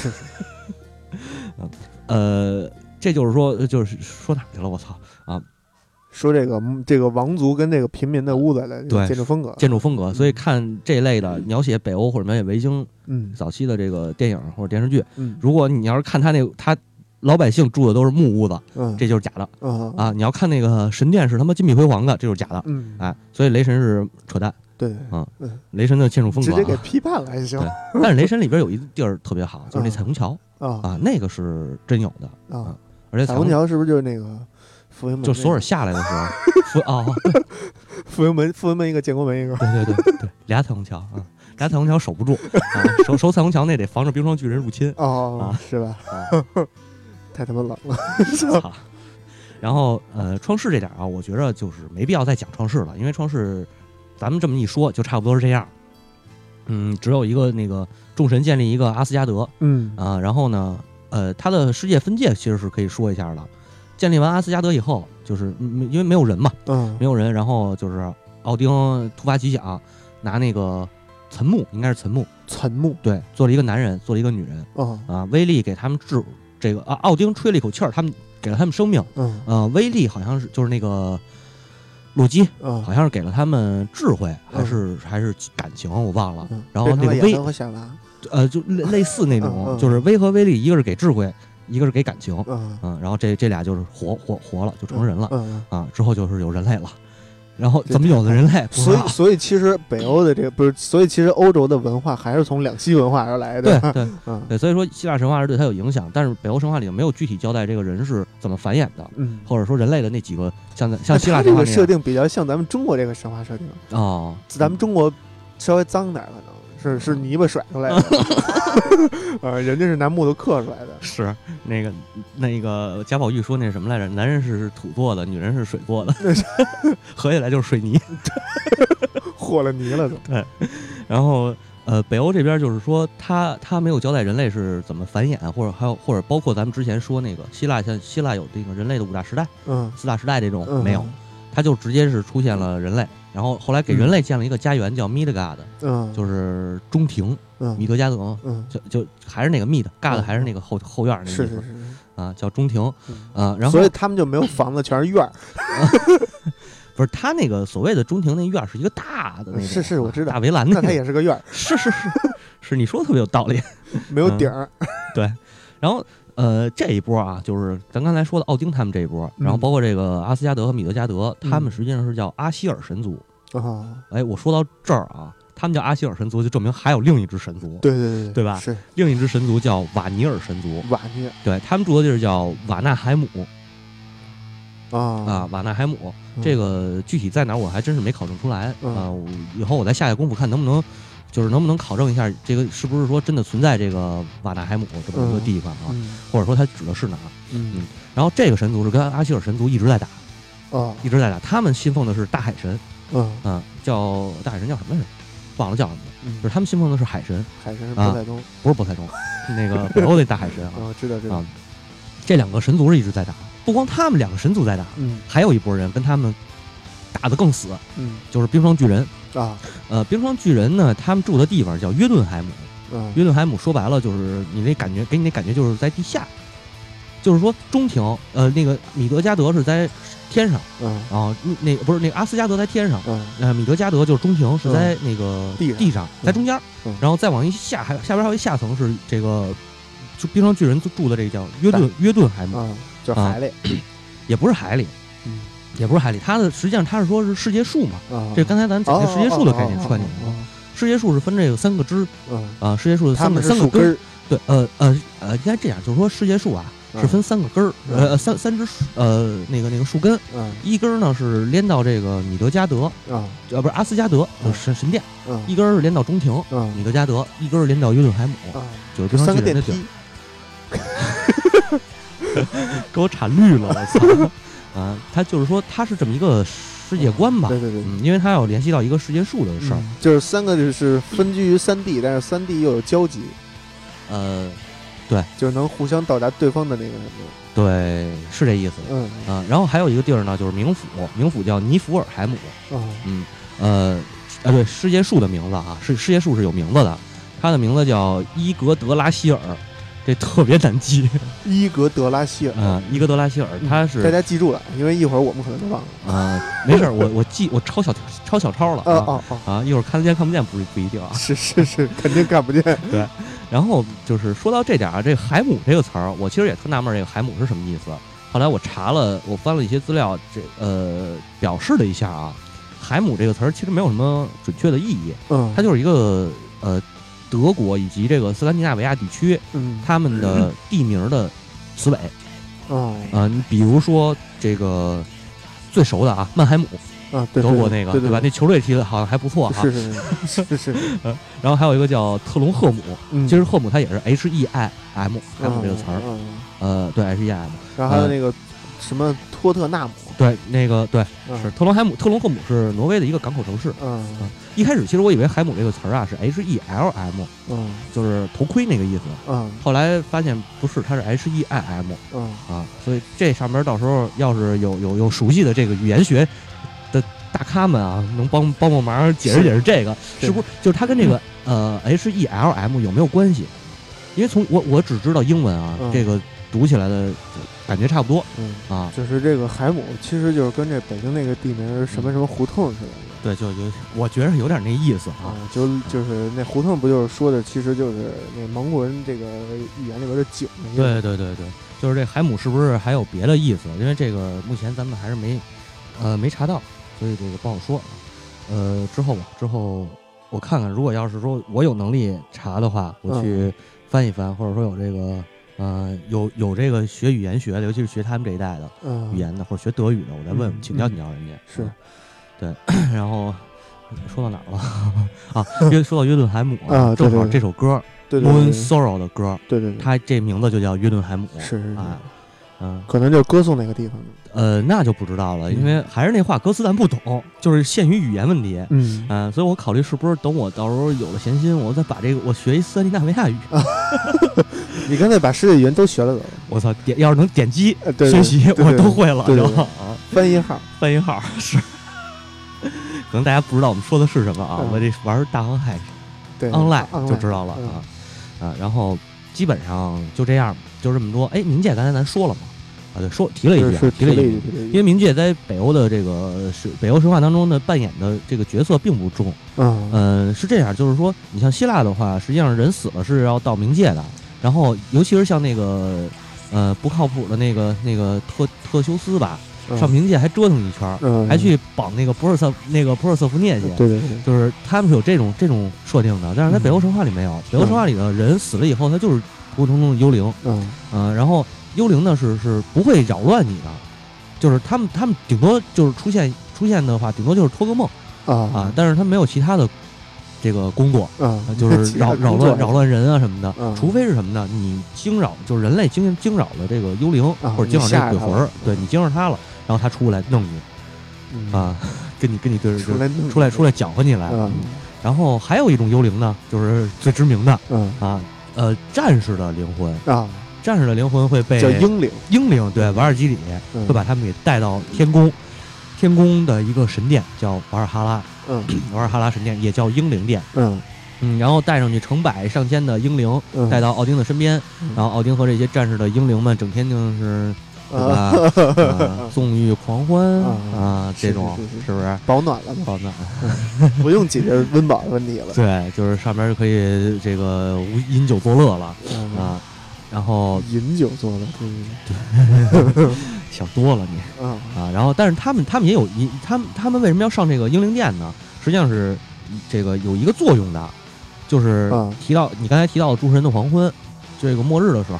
这就是说哪去了？我操啊！ 说这个王族跟这个平民的屋子的建筑风格， 所以看这类的描写北欧或者描写维京早期的这个电影或者电视剧，如果你要是看他老百姓住的都是木屋子，这就是假的啊！你要看那个神殿是他妈金碧辉煌的，这就是假的，所以雷神是扯淡， 对， 雷神的建筑风格直接给批判了还行。 但是雷神里边有一地儿特别好，就是那彩虹桥那个是真有的啊， 而且彩虹桥是不是就是那个？ 就索尔下来的时候， 复兴门一个，建国门一个， 对，俩彩虹桥啊，俩彩虹桥守不住啊，守彩虹桥那得防着冰霜巨人入侵是吧？太他妈冷了， 操！然后创世这点啊，我觉着就是没必要再讲创世了，因为创世咱们这么一说就差不多是这样。只有一个那个众神建立一个阿斯加德，然后呢，他的世界分界其实是可以说一下的。建立完阿斯加德以后，就是因为没有人嘛，没有人，然后就是奥丁突发奇想，拿那个岑木，应该是岑木，对，做了一个男人，做了一个女人，威力给他们这个奥丁吹了一口气儿，他们给了他们生命，威力好像是就是那个洛基，好像是给了他们智慧，还是感情，我忘了。然后那个威就类似那种，就是威和威力，一个是给智慧。一个是给感情，然后这俩就是活了，就成人了，之后就是有人类了，然后怎么有的人类？ 所以其实北欧的这个不是，所以其实欧洲的文化还是从两栖文化而来的， 对，所以说希腊神话是对它有影响，但是北欧神话里没有具体交代这个人是怎么繁衍的，或者说人类的那几个像希腊神话这个设定比较像咱们中国这个神话设定咱们中国稍微脏点可能。是泥巴甩出来的，人家是拿木头刻出来的。 是那个贾宝玉说那什么来着？男人是土做的，女人是水做的，合起来就是水泥， 和了泥了都。 对，然后北欧这边就是说他没有交代人类是怎么繁衍，或者包括咱们之前说那个希腊，像希腊有这个人类的5大时代，4大时代这种没有，他就直接是出现了人类。然后后来给人类建了一个家园，叫 Midgard，就是中庭，米德加德，就还是那个 Midgard，还是那个后院那个意思，叫中庭，然后所以他们就没有房子，全是院儿。 不是他那个所谓的中庭那院是一个大的那种， 是我知道大围栏， 那它也是个院儿， 是你说的特别有道理， 没有顶儿， 对，然后。这一波啊，就是咱刚才说的奥丁他们这一波，然后包括这个阿斯加德和米德加德，他们实际上是叫阿希尔神族。我说到这儿啊，他们叫阿希尔神族，就证明还有另一支神族。对吧？ 是另一支神族叫瓦尼尔神族。对，他们住的地儿叫瓦纳海姆。瓦纳海姆，这个具体在哪儿我还真是没考证出来以后我再下功夫看能不能考证一下这个是不是说真的存在这个瓦纳海姆这么一个地方或者说它指的是哪儿？然后这个神族是跟阿希尔神族一直在打，他们信奉的是大海神，叫大海神叫什么来着？忘了叫什么了，就是他们信奉的是海神。 海神是波塞冬， 不是波塞冬，那个北欧那大海神知道这两个神族是一直在打，不光他们两个神族在打，还有一波人跟他们打得更死，就是冰霜巨人。冰霜巨人呢，他们住的地方叫约顿海姆。约顿海姆说白了就是你那感觉，给你那感觉就是在地下，就是说中庭，那个米德加德是在天上，那个不是那个阿斯加德在天上，米德加德就是中庭是在那个地上，在中间，然后再往一下边还有一下层是这个，就冰霜巨人住的这个叫约顿海姆， 就是海里， 也不是海里。也不是海里，它的实际上它是说是世界树嘛，这刚才咱讲的世界树的概念串进来了。世界树是分这个3个枝，世界树的三个根儿。对，应该这样，就是说世界树啊， 是分3个根儿，三只那个树根，一根呢是连到这个米德加德不是阿斯加德，就是神殿，一根是连到中庭，米德加德，一根是连到约顿海姆，就是冰上巨人的地儿。给我岔绿了，我操！他就是说他是这么一个世界观吧， 对， 因为他要联系到一个世界树的事儿， 就是3个就是分居于3地，但是3地又有交集， 对， 就是能互相到达对方的那个什么， 对，是这意思，然后还有一个地儿呢，就是冥府叫尼福尔海姆，对，世界树的名字啊，世界树是有名字的，它的名字叫伊格德拉希尔。这特别难记， 伊格德拉希尔， 伊格德拉希尔，他是大家记住了，因为一会儿我们可能都忘了没事，我抄了一会儿看得见看不见不一定啊， 是，肯定看不见。 对，然后就是说到这点啊，这个海姆这个词儿，我其实也特纳闷，这个海姆是什么意思？后来我查了，我翻了一些资料，表示了一下啊，海姆这个词儿其实没有什么准确的意义，它就是一个德国以及这个斯堪的纳维亚地区，他们的地名的词尾，你比如说这个最熟的啊，曼海姆对， 德国那个对吧？那球队踢的好像还不错哈， 是， 然后还有一个叫特隆赫姆，其实赫姆它也是 HEIM 海姆这个词儿，对 HEIM， 然后还有那个什么托特纳姆， 对，那个对，是特隆赫姆是挪威的一个港口城市，一开始其实我以为海姆这个词儿啊是 HELM，就是头盔那个意思，后来发现不是，它是 HEIM，所以这上面到时候要是有熟悉的这个语言学的大咖们啊，能帮忙解释这个，是不是就是它跟这个HELM 有没有关系？因为从我只知道英文啊，这个读起来的感觉差不多， 就是这个海姆其实就是跟这北京那个地名什么胡同似的。 对，就我觉得有点那意思啊， 就是那胡同不就是说的，其实就是那蒙古人这个语言里边的井。 对，就是这海姆是不是还有别的意思？因为这个目前咱们还是没查到，所以这个不好说。之后我看看，如果要是说我有能力查的话，我去翻一翻，或者说有这个有这个学语言学的，尤其是学他们这一代的语言的，或者学德语的，我再问请教人家。 是。 对，然后说到哪儿了啊？说到约顿海姆正好这首歌Moon Sorrow 的歌， 对， 它这名字就叫约顿海姆， 是可能就歌颂那个地方。 那就不知道了，因为还是那话，歌词咱不懂，就是限于语言问题。所以我考虑是不是等我到时候有了闲心，我再把这个我学一斯堪的纳维亚语。 你刚才把世界语言都学了， 我操！要是能点击学习，我都会了。 对，翻译号是。可能大家不知道我们说的是什么啊？我这玩大航海 online 就知道了然后基本上就这样，就这么多。哎，冥界刚才咱说了嘛？对，提了一句，因为冥界在北欧的这个北欧神话当中的扮演的这个角色并不重。是这样，就是说，你像希腊的话，实际上人死了是要到冥界的，然后尤其是像那个不靠谱的那个特修斯吧。上冥界还折腾一圈，还去绑那个珀尔瑟福涅去。 对， 就是他们是有这种设定的，但是在北欧神话里没有。北欧神话里的人死了以后，他就是普普通通的幽灵。然后幽灵呢是不会扰乱你的，就是他们顶多就是出现的话，顶多就是托个梦但是他没有其他的这个工作就是扰乱人啊什么的，除非是什么呢？你惊扰，就是人类惊扰了这个幽灵或者惊扰这个鬼魂，对你惊扰他了。然后他出来弄你，跟你对出来搅和你来。然后还有一种幽灵呢，就是最知名的，战士的灵魂战士的灵魂会被叫英灵，对，瓦尔基里会把他们给带到天宫的一个神殿，叫瓦尔哈拉，瓦尔哈拉神殿也叫英灵殿，然后带上去成百上千的英灵，带到奥丁的身边，然后奥丁和这些战士的英灵们整天就是。对吧？纵欲狂欢这种是不是保暖了吗？ 保暖， 不用解决温饱的问题了。 对，就是上边就可以这个饮酒作乐了然后饮酒作乐， 对，想多了你然后但是他们也有他们为什么要上这个英灵殿呢？实际上是这个有一个作用的，就是你刚才提到的诸神的黄昏，这个末日的时候。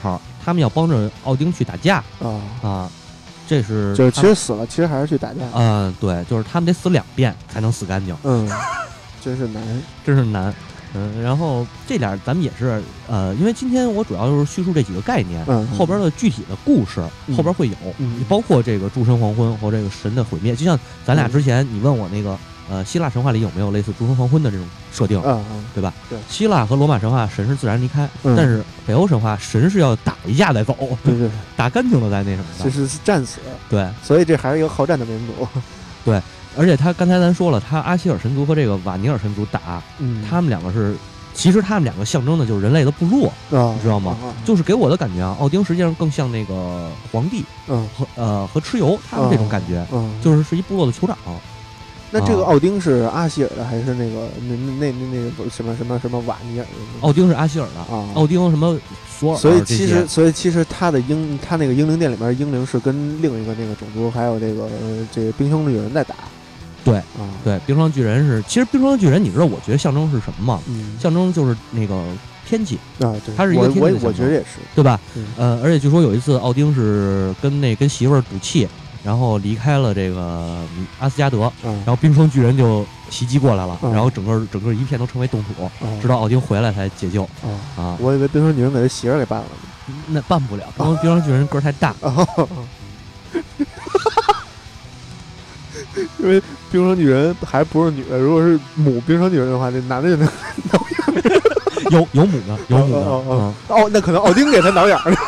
他们要帮着奥丁去打架啊，这是就是其实死了，其实还是去打架。 对，就是他们得死2遍才能死干净。 真是难， 真是难。然后这点咱们也是因为今天我主要就是叙述这几个概念，后边的具体的故事后边会有，包括这个诸神黄昏和这个神的毁灭。就像咱俩之前你问我那个希腊神话里有没有类似诸神黄昏的这种设定，对吧？ 对， 希腊和罗马神话神是自然离开，但是北欧神话神是要打一架再走， 对， 打干净了再那什么的， 这是战死。 对， 所以这还是一个好战的民族。 对。而且他刚才咱说了，他阿希尔神族和这个瓦尼尔神族打，他们2个其实他们2个象征的就是人类的部落，你知道吗？就是给我的感觉啊，奥丁实际上更像那个皇帝，和蚩尤他们这种感觉，就是一部落的酋长。 那这个奥丁是阿希尔的还是那个那什么瓦尼尔的？ 奥丁是阿希尔的啊，奥丁什么索尔？ 所以其实他那个英灵殿里面的英灵是跟另一个那个种族还有这个冰霜巨人在打。 对对，冰霜巨人其实冰霜巨人，你知道我觉得象征是什么吗？象征就是那个天气对， 它是一个天气， 我觉得也是， 对吧？而且据说有一次奥丁是跟媳妇儿赌气，然后离开了这个阿斯加德，然后冰霜巨人就袭击过来了，然后整个一片都成为冻土，直到奥丁回来才解救。 我以为冰霜巨人给他媳妇儿给办了， 那办不了，冰霜巨人个儿太大。 因为冰霜女人还不是女的，如果是母冰霜女人的话，那男的就能有母的，有母的。 那可能奥丁给他挠痒了。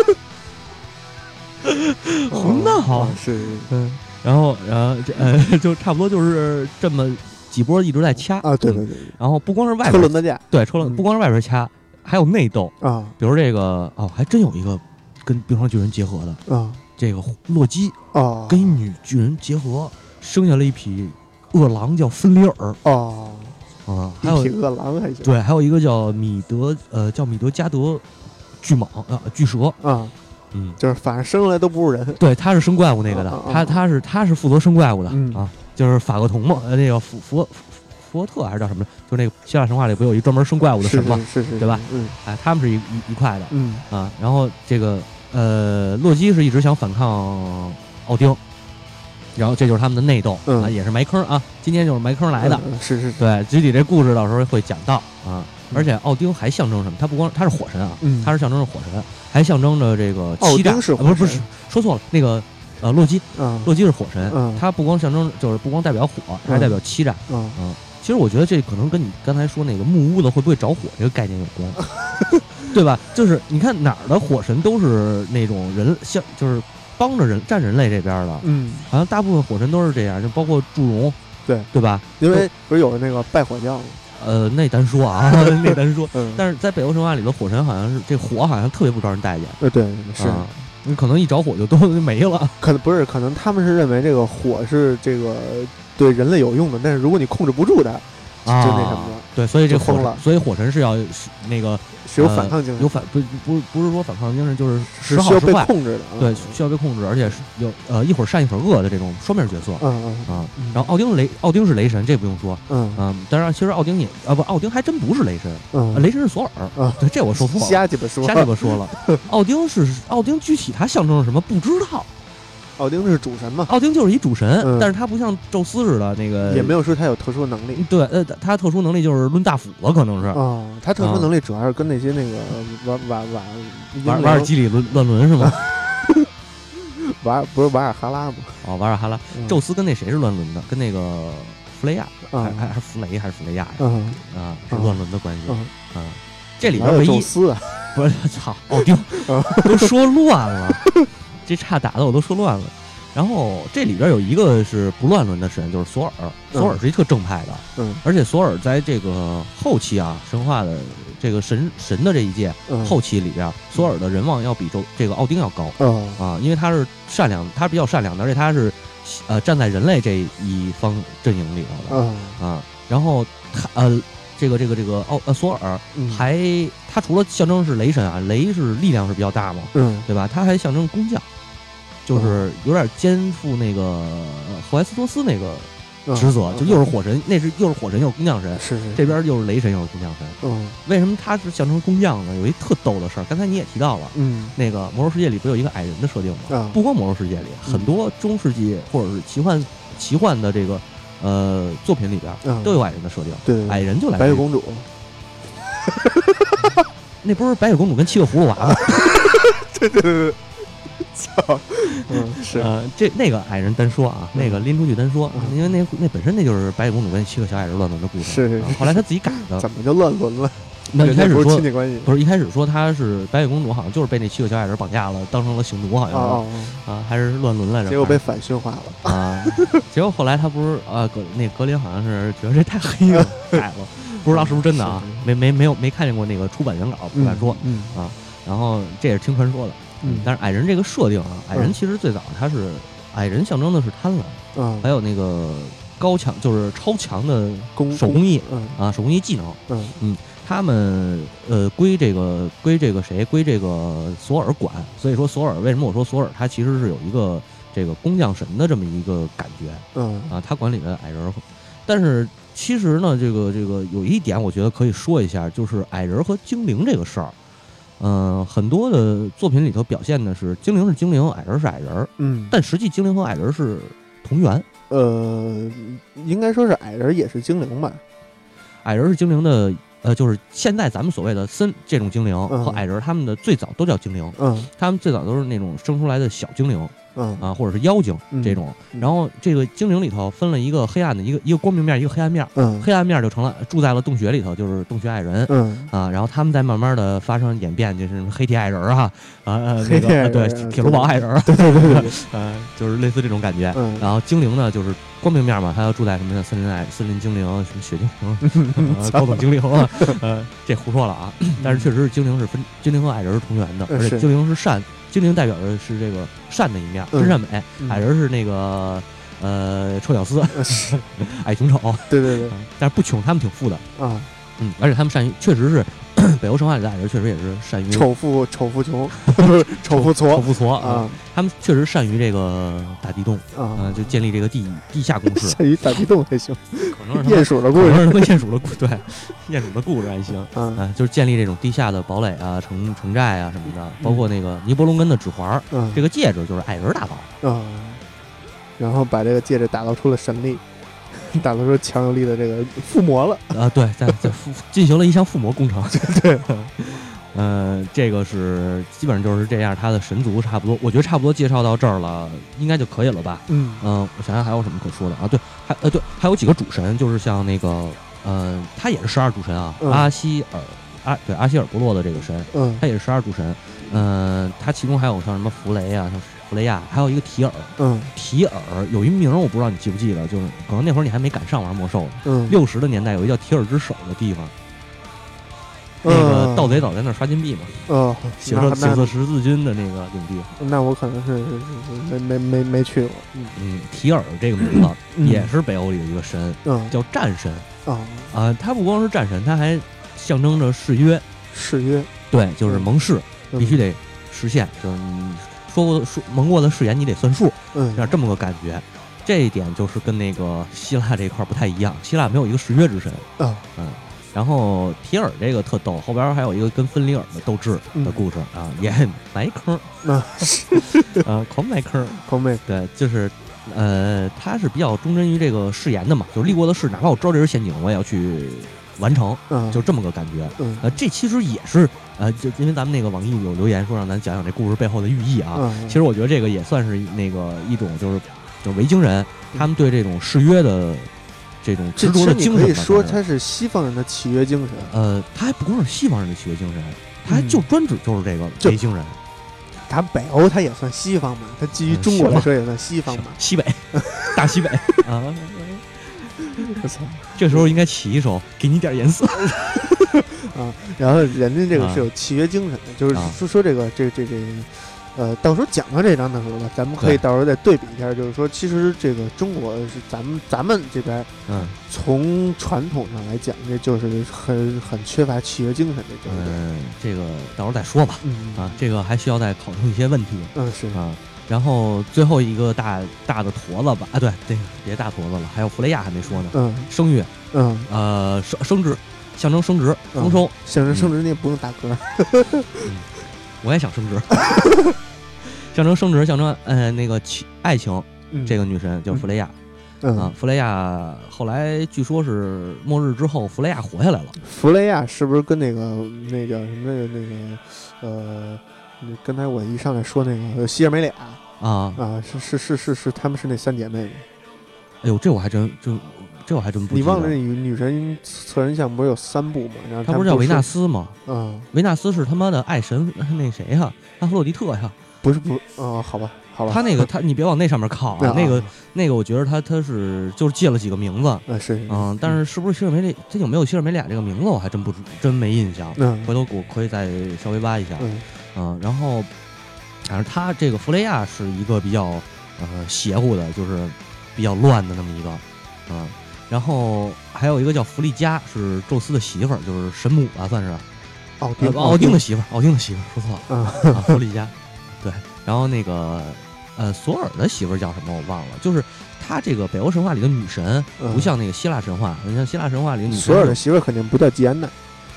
混的好是， 然后就差不多就是这么几波一直在掐对。 然后不光是外边车轮的架， 对，不光是外边掐，还有内斗比如这个还真有一个跟冰霜巨人结合的这个洛基跟一女巨人结合。生下了一匹恶狼，叫芬里尔。还有一匹恶狼还行。 对，还有一个叫米德加德巨蟒巨蛇就是反正生下来都不是人。 对，他是生怪物那个的，他是负责生怪物的就是法克同嘛，那个福沃特还是叫什么？就那个希腊神话里不有一专门生怪物的神吗？ 是， 对吧？他们是一块的。然后这个洛基是一直想反抗奥丁。然后这就是他们的内斗也是埋坑啊！今天就是埋坑来的， 是对，具体这故事到时候会讲到而且奥丁还象征什么？他不光他是火神他是象征着火神，还象征着这个欺诈。不是说错了，那个洛基是火神，他不光象征就是不光代表火，还代表欺诈。其实我觉得这可能跟你刚才说那个木屋子会不会着火这个概念有关，对吧？就是你看哪儿的火神都是那种就是帮着站人类这边的，好像大部分火神都是这样，就包括祝融，对吧？ 因为不是有那个拜火教吗？ 那单说啊，那单说。但是在北欧神话里的火神好像是这火好像特别不招人待见。 对，是， 你可能一着火就都没了。 可能他们是认为这个火是这个对人类有用的，但是如果你控制不住它，就那什么了。 对，所以这疯了。 所以火神是要那个。 是有反抗精神， 不是说反抗精神，就是需要被控制的， 对，需要被控制，而且是有一会儿善一会儿恶的这种双面角色，然后奥丁是雷神，这不用说，当然其实奥丁也奥丁还真不是雷神，雷神是索尔，对，这我说错了， 瞎鸡巴说了，奥丁具体他象征着什么不知道。 奥丁是主神嘛？ 奥丁就是一主神，但是他不像宙斯似的那个， 也没有说他有特殊能力。 对，他特殊能力就是抡大斧子，可能是他特殊能力主要是跟那些那个瓦尔基里乱伦是吗？ 不是瓦尔哈拉吗？ 瓦尔哈拉，宙斯跟那谁是乱伦的？跟那个弗雷亚，还是弗雷还是弗雷亚呀？是乱伦的关系。这里边唯一宙斯不是操奥丁，都说乱了。这岔打的我都说乱了，然后这里边有一个是不乱伦的神，就是索尔。索尔是一特正派的，而且索尔在这个后期神话的这个神的这一届后期里边，索尔的人望要比这个奥丁要高因为他是善良，他比较善良的，而且他是站在人类这一方阵营里头的然后他这个索尔他除了象征是雷神雷是力量是比较大嘛，对吧？他还象征工匠，就是有点肩负那个赫淮斯托斯那个职责，就又是火神，又是火神又是工匠神， 是这边又是雷神又是工匠神。为什么他是象征工匠呢？有一特逗的事儿，刚才你也提到了，那个魔兽世界里不有一个矮人的设定吗？不光魔兽世界里，很多中世纪或者是奇幻的这个作品里边都有矮人的设定。 对， 矮人就来白雪公主。 那不是白雪公主跟7个葫芦娃吗？ 对，操，是那个矮人单说啊，那个拎出去单说，因为那本身那就是白雪公主跟7个小矮人乱伦的故事， 是， 后来他自己改的。 怎么就乱伦了？ 那一开始说不是一开始说他是白雪公主，好像就是被那7个小矮人绑架了，当成了性奴，好像是还是乱伦来着。 结果被反驯化了啊！结果后来他不是那格林好像是觉得这太黑了，改了。不知道是不是真的啊？没看见过那个出版原稿，不敢说啊。然后这也是听传说的，但是矮人这个设定啊，矮人其实最早他是矮人象征的是贪婪，还有那个高强就是超强的手工艺手工艺技能，他们归这个谁？归这个索尔管。所以说索尔为什么我说索尔他其实是有一个这个工匠神的这么一个感觉，他管理的矮人，但是。其实呢，这个有一点，我觉得可以说一下，就是矮人和精灵这个事儿。很多的作品里头表现的是精灵是精灵，矮人是矮人。但实际精灵和矮人是同源。 应该说是矮人也是精灵吧？ 矮人是精灵的，就是现在咱们所谓的这种精灵和矮人，他们的最早都叫精灵。他们最早都是那种生出来的小精灵。或者是妖精这种，然后这个精灵里头分了一个黑暗的一个光明面，一个黑暗面，黑暗面就成了住在了洞穴里头，就是洞穴矮人，然后他们在慢慢的发生演变，就是黑铁矮人那个对铁路堡矮人， 对， 就是类似这种感觉。然后精灵呢，就是光明面嘛，他要住在什么森林精灵、什么雪精灵、高等精灵这胡说了啊！但是确实是精灵是分精灵和矮人是同源的，而且精灵是善。精灵代表的是这个善的一面，真善美；矮人是那个臭屌丝，矮穷丑。 对， 但是不穷，他们挺富的而且他们善于，确实是北欧神话里的矮人，确实也是善于丑富穷，不是丑富矬啊。他们确实善于这个打地洞就建立这个地下工事。 善于打地洞还行， 可能是鼹鼠的故事， 鼹鼠的故事还行就是建立这种地下的堡垒啊、城寨啊什么的，包括那个尼伯龙根的指环，这个戒指就是矮人打造然后把这个戒指打造出了神力。打造出强有力的这个附魔了对，在进行了一项附魔工程。 对， 这个是基本上就是这样，他的神族差不多，我觉得差不多介绍到这儿了，应该就可以了吧？我想想还有什么可说的啊？对，还有几个主神，就是像那个他也是12主神啊，阿希尔部落的这个神，他也是12主神。他其中还有像什么弗雷啊，像弗雷亚，还有一个提尔。提尔有一名我不知道你记不记得，就是可能那会儿你还没赶上玩魔兽。60的年代有一叫提尔之手的地方，那个盗贼老在那儿刷金币嘛。血色十字军的那个领地。 那我可能是没去过。 提尔这个名字也是北欧里的一个神，叫战神。他不光是战神，他还象征着誓约。对，就是盟誓。必须得实现，就是你蒙过的誓言你得算数，这么个感觉。这一点就是跟那个希腊这一块不太一样，希腊没有一个誓约之神。然后提尔这个特逗，后边还有一个跟芬里尔的斗智的故事也埋坑狂埋坑。对，就是他是比较忠贞于这个誓言的嘛，就是立过的誓，哪怕我知道这是陷阱，我也要去完成，就这么个感觉。这其实也是就因为咱们那个网易有留言说让咱讲讲这故事背后的寓意啊。其实我觉得这个也算是那个一种就是维京人他们对这种誓约的这种执着的精神。 可以说他是西方人的契约精神。他还不光是西方人的契约精神，他还就专指就是这个维京人。 他北欧他也算西方嘛，他基于中国来说也算西方嘛， 西北大西北这时候应该起一首给你点颜色然后人家这个是有契约精神的，就是说这个到时候讲到这张的时候吧，咱们可以到时候再对比一下，就是说其实这个中国是咱们这边从传统上来讲，这就是很缺乏契约精神的这个到时候再说吧。这个还需要再考虑一些问题。 是然后最后一个大的坨子吧，啊，对，这个别大坨子了，还有弗雷亚还没说呢，声乐，生殖，象征生殖，丰收， 象征生殖你也不用打嗝， 我也想生殖，象征生殖，象征那个爱情，这个女神叫弗雷亚。弗雷亚后来据说是末日之后，弗雷亚活下来了。 弗雷亚是不是跟那个什么刚才我一上来说那个希尔梅俩是他们是那3姐妹吗？ 哎呦，这我还真不记得。 你忘了那女神测人像不是有3部吗？然后她不是叫维纳斯吗？维纳斯是他妈的爱神那谁呀？阿弗洛狄特呀？不是好吧。他那个你别往那上面靠啊！那个，我觉得他是就是借了几个名字，但是不是希尔梅利？他有没有希尔梅俩这个名字？我还真没印象。回头我可以再稍微挖一下。然后，反正他这个弗雷亚是一个比较邪乎的，就是比较乱的那么一个，然后还有一个叫弗利嘉，是宙斯的媳妇儿，就是神母吧，算是。奥丁的媳妇儿，说错了。弗利嘉，对。然后那个索尔的媳妇儿叫什么我忘了，就是他这个北欧神话里的女神，不像那个希腊神话，你像希腊神话里的女神， 索尔的媳妇儿肯定不叫吉安娜，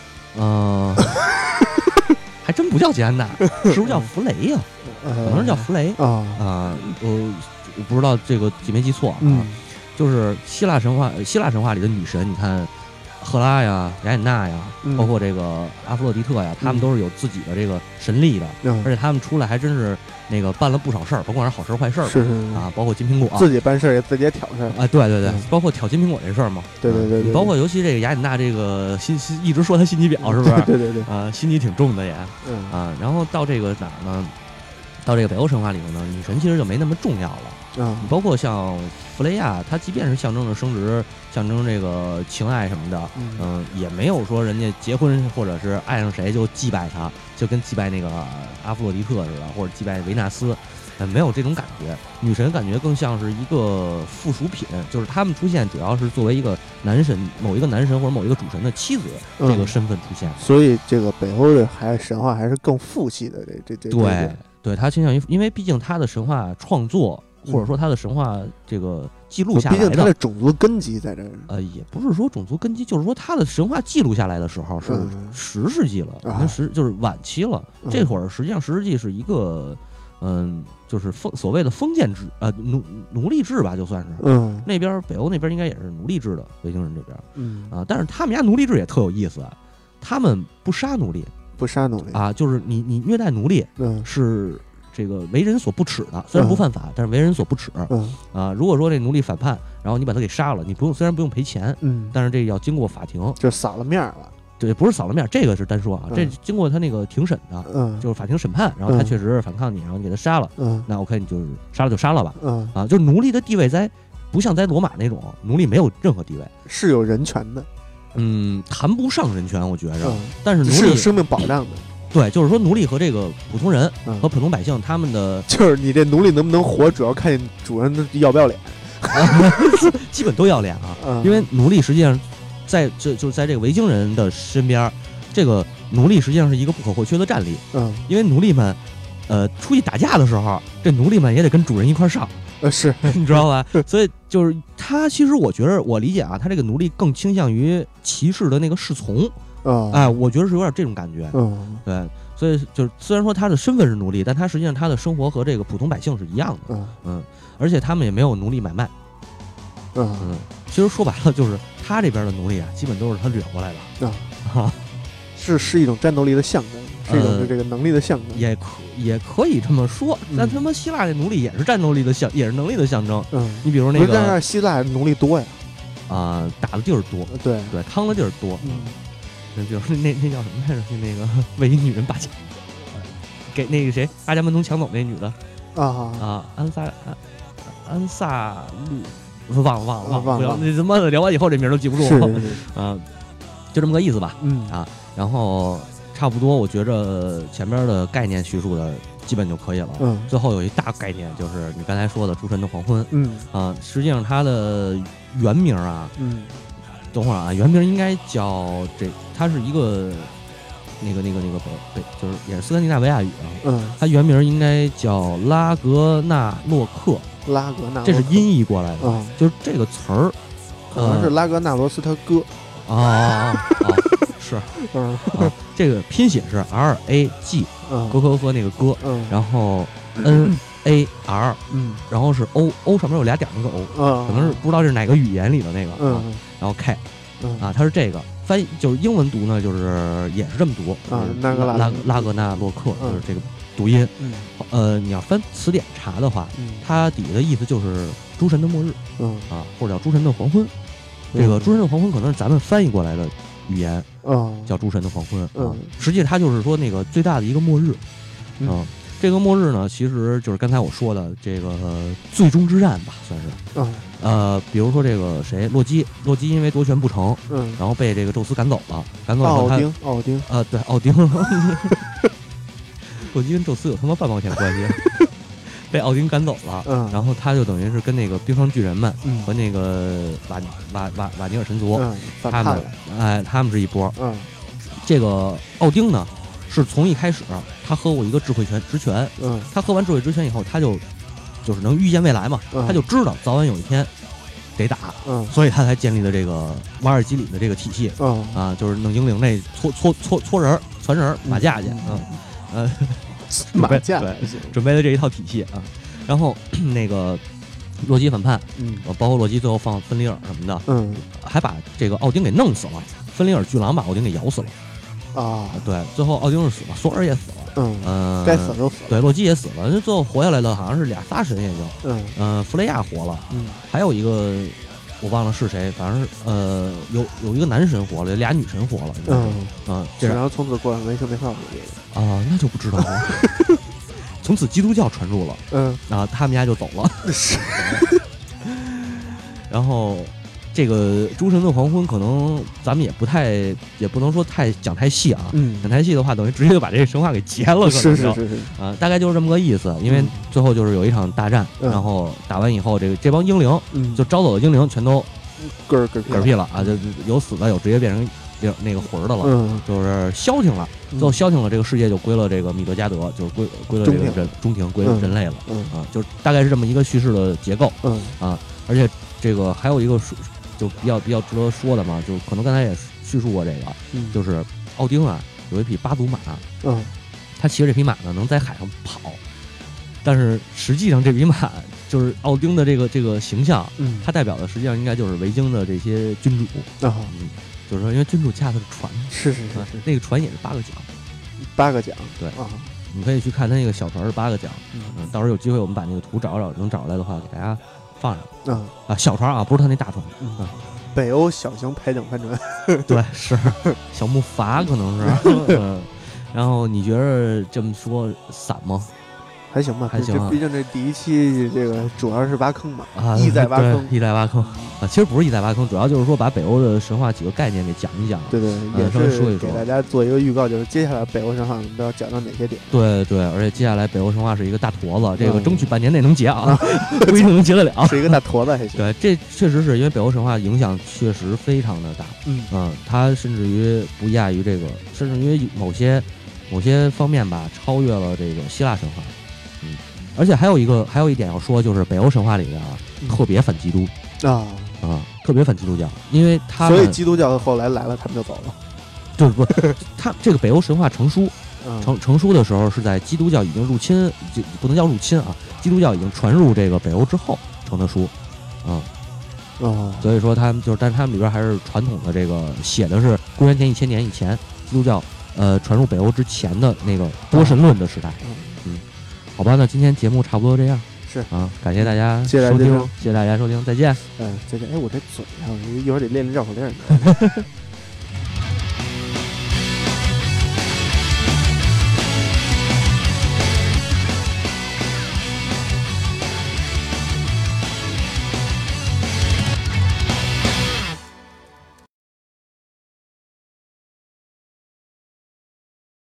还真不叫吉安娜，是不是叫弗雷呀？可能是叫弗雷我不知道这个记没记错啊，就是希腊神话里的女神，你看赫拉呀、雅典娜呀，包括这个阿弗洛狄特呀，他们都是有自己的这个神力的，而且他们出来还真是那个办了不少事儿，甭管是好事坏事儿， 是包括金苹果， 自己办事儿也自己挑事儿， 对，包括挑金苹果这事儿嘛， 对， 包括尤其这个雅典娜这个一直说她心机婊，是不是？ 对， 心机挺重的也，然后到这个哪儿呢？到这个北欧神话里头呢，女神其实就没那么重要了。包括像弗雷亚，她即便是象征着生殖，象征这个情爱什么的，也没有说人家结婚或者是爱上谁就祭拜她，就跟祭拜那个阿弗洛狄特似的，或者祭拜维纳斯，没有这种感觉。女神感觉更像是一个附属品，就是他们出现主要是作为一个男神，某一个男神或者某一个主神的妻子这个身份出现。 所以这个北欧的神话还是更父系的这对，他倾向于，因为毕竟他的神话创作，或者说他的神话这个记录下来的， 毕竟他的种族根基在这儿。 也不是说种族根基，就是说他的神话记录下来的时候是10世纪了，就是晚期了。这会儿实际上10世纪是一个，就是所谓的封建制，奴隶制吧，就算是。那边北欧那边应该也是奴隶制的，维京人这边。但是他们家奴隶制也特有意思，他们不杀奴隶。就是你虐待奴隶，是这个为人所不耻的，虽然不犯法，但是为人所不耻。如果说这奴隶反叛，然后你把他给杀了，你虽然不用赔钱，但是这要经过法庭， 就扫了面了。 对，不是扫了面，这个是单说啊，这经过他那个庭审的，就是法庭审判，然后他确实反抗你，然后你给他杀了，那 OK，你就是杀了就杀了吧。就是奴隶的地位不像在罗马那种，奴隶没有任何地位， 是有人权的。 谈不上人权，我觉着，但是奴隶是有生命保障的。 对，就是说奴隶和这个普通人和普通百姓，他们的就是你这奴隶能不能活，主要看主人要不要脸， 基本都要脸啊。因为奴隶实际上就是在这个维京人的身边，这个奴隶实际上是一个不可或缺的战力。因为奴隶们，出去打架的时候，这奴隶们也得跟主人一块上。 是你知道吧？所以就是他，其实我觉得我理解啊，他这个奴隶更倾向于骑士的那个侍从，我觉得是有点这种感觉，对，所以就是虽然说他的身份是奴隶，但他实际上他的生活和这个普通百姓是一样的，而且他们也没有奴隶买卖，其实说白了就是他这边的奴隶啊，基本都是他掠过来的， 是一种战斗力的象征。是一种这个能力的象征， 也可以这么说。但他妈希腊的奴隶也是战斗力的也是能力的象征。你比如那个， 但是希腊奴隶多呀， 打的地儿多，对，趟的地儿多。那比如那叫什么来着？就那个为一女人把给那个谁阿伽门农抢走那女的安萨律，忘了，不要那他妈的聊完以后这名都记不住了就这么个意思吧。然后。差不多，我觉着前面的概念叙述的基本就可以了。最后有一大概念，就是你刚才说的诸神的黄昏。实际上它的原名啊，等会儿啊，原名应该叫它是一个北就是也是斯堪的纳维亚语啊，它原名应该叫拉格纳洛克，这是音译过来的，就是这个词儿， 可能是拉格纳罗斯他哥是，这个拼写是 RAG， 哥和那个哥，然后 NAR， 然后是 O 上面有俩点那个 O， 可能是不知道这是哪个语言里的那个，然后 K， 它是这个翻译，就是英文读呢，就是也是这么读，拉格纳洛克，就是这个读音。你要翻词典查的话，它底下的意思就是诸神的末日，或者叫诸神的黄昏。这个诸神的黄昏可能是咱们翻译过来的语言，叫诸神的黄昏，实际它就是说那个最大的一个末日，这个末日呢，其实就是刚才我说的这个最终之战吧，算是。比如说这个谁，洛基因为夺权不成，然后被这个宙斯赶走了，以后他奥丁， 对，奥丁，洛基跟宙斯有他妈半毛钱关系，被奥丁赶走了，然后他就等于是跟那个冰霜巨人们和那个瓦尼尔神族，他们是一波。这个奥丁呢，是从一开始他喝过一个智慧之泉，他喝完智慧之泉以后，他就是能预见未来嘛，他就知道早晚有一天得打，所以他才建立了这个瓦尔基里的这个体系，就是弄英灵那搓人传人马架去， 马架对，准备了这一套体系啊。然后那个洛基反叛，包括洛基最后放芬里尔什么的，还把这个奥丁给弄死了，芬里尔巨狼把奥丁给咬死了。对，最后奥丁是死了，索尔也死了， 该死都死了， 对，洛基也死了，最后活下来的好像是仨神也就，弗雷亚活了，还有一个我忘了是谁，反正是有一个男神活了，俩女神活了， 然后从此过上没羞没臊的日子， 那就不知道了。从此基督教传入了，他们家就走了，然后。这个诸神的黄昏可能咱们也不能说讲太细啊，讲太细的话等于直接就把这个神话给结了， 是大概就是这么个意思。因为最后就是有一场大战，然后打完以后，这帮英灵就招走的英灵全都嗝屁了啊，就有死的，有直接变成那个魂的了，就是消停了。最后消停了，这个世界就归了这个米德加德，就是归了这个中庭，归了人类了，就是大概是这么一个叙事的结构，而且这个还有一个就比较值得说的嘛，就可能刚才也叙述过这个，就是奥丁啊有一匹八足马，他骑着这匹马呢能在海上跑，但是实际上这匹马就是奥丁的这个形象，它代表的实际上应该就是维京的这些君主，就是说因为君主驾的是船， 是那个船也是 8个桨， 对你可以去看他那个小船是8个桨，到时候有机会我们把那个图能找出来的话给大家放上，小船啊，不是他那大船， 北欧小型排桨帆船， 对，是小木筏可能是，然后你觉得这么说散吗？ 还行吧， 还行啊。 毕竟这第一期这个主要是挖坑嘛，意在挖坑， 意在挖坑啊。其实不是意在挖坑，主要就是说把北欧的神话几个概念给讲一讲。 对，也是说一说，给大家做一个预告，就是接下来北欧神话我们都要讲到哪些点。 对，而且接下来北欧神话是一个大坨子，这个争取半年内能结啊，不一定能结得了。 是一个大坨子还行。 对，这确实是因为北欧神话影响确实非常的大，它甚至于不亚于这个，甚至于某些方面吧，超越了这个希腊神话。而且还有一点要说，就是北欧神话里边特别反基督特别反基督教，因为所以基督教后来来了，他们就走了。 对不？他这个北欧神话成书，成书的时候是在基督教已经入侵，就不能叫入侵啊，基督教已经传入这个北欧之后成的书，所以说他们就是，但是他们里边还是传统的这个写的是公元前1000年以前基督教传入北欧之前的那个多神论的时代。好吧，那今天节目差不多这样。 是啊，感谢大家收听，谢谢大家收听，再见。 再见。哎，我这嘴啊，一会儿得练绕口令。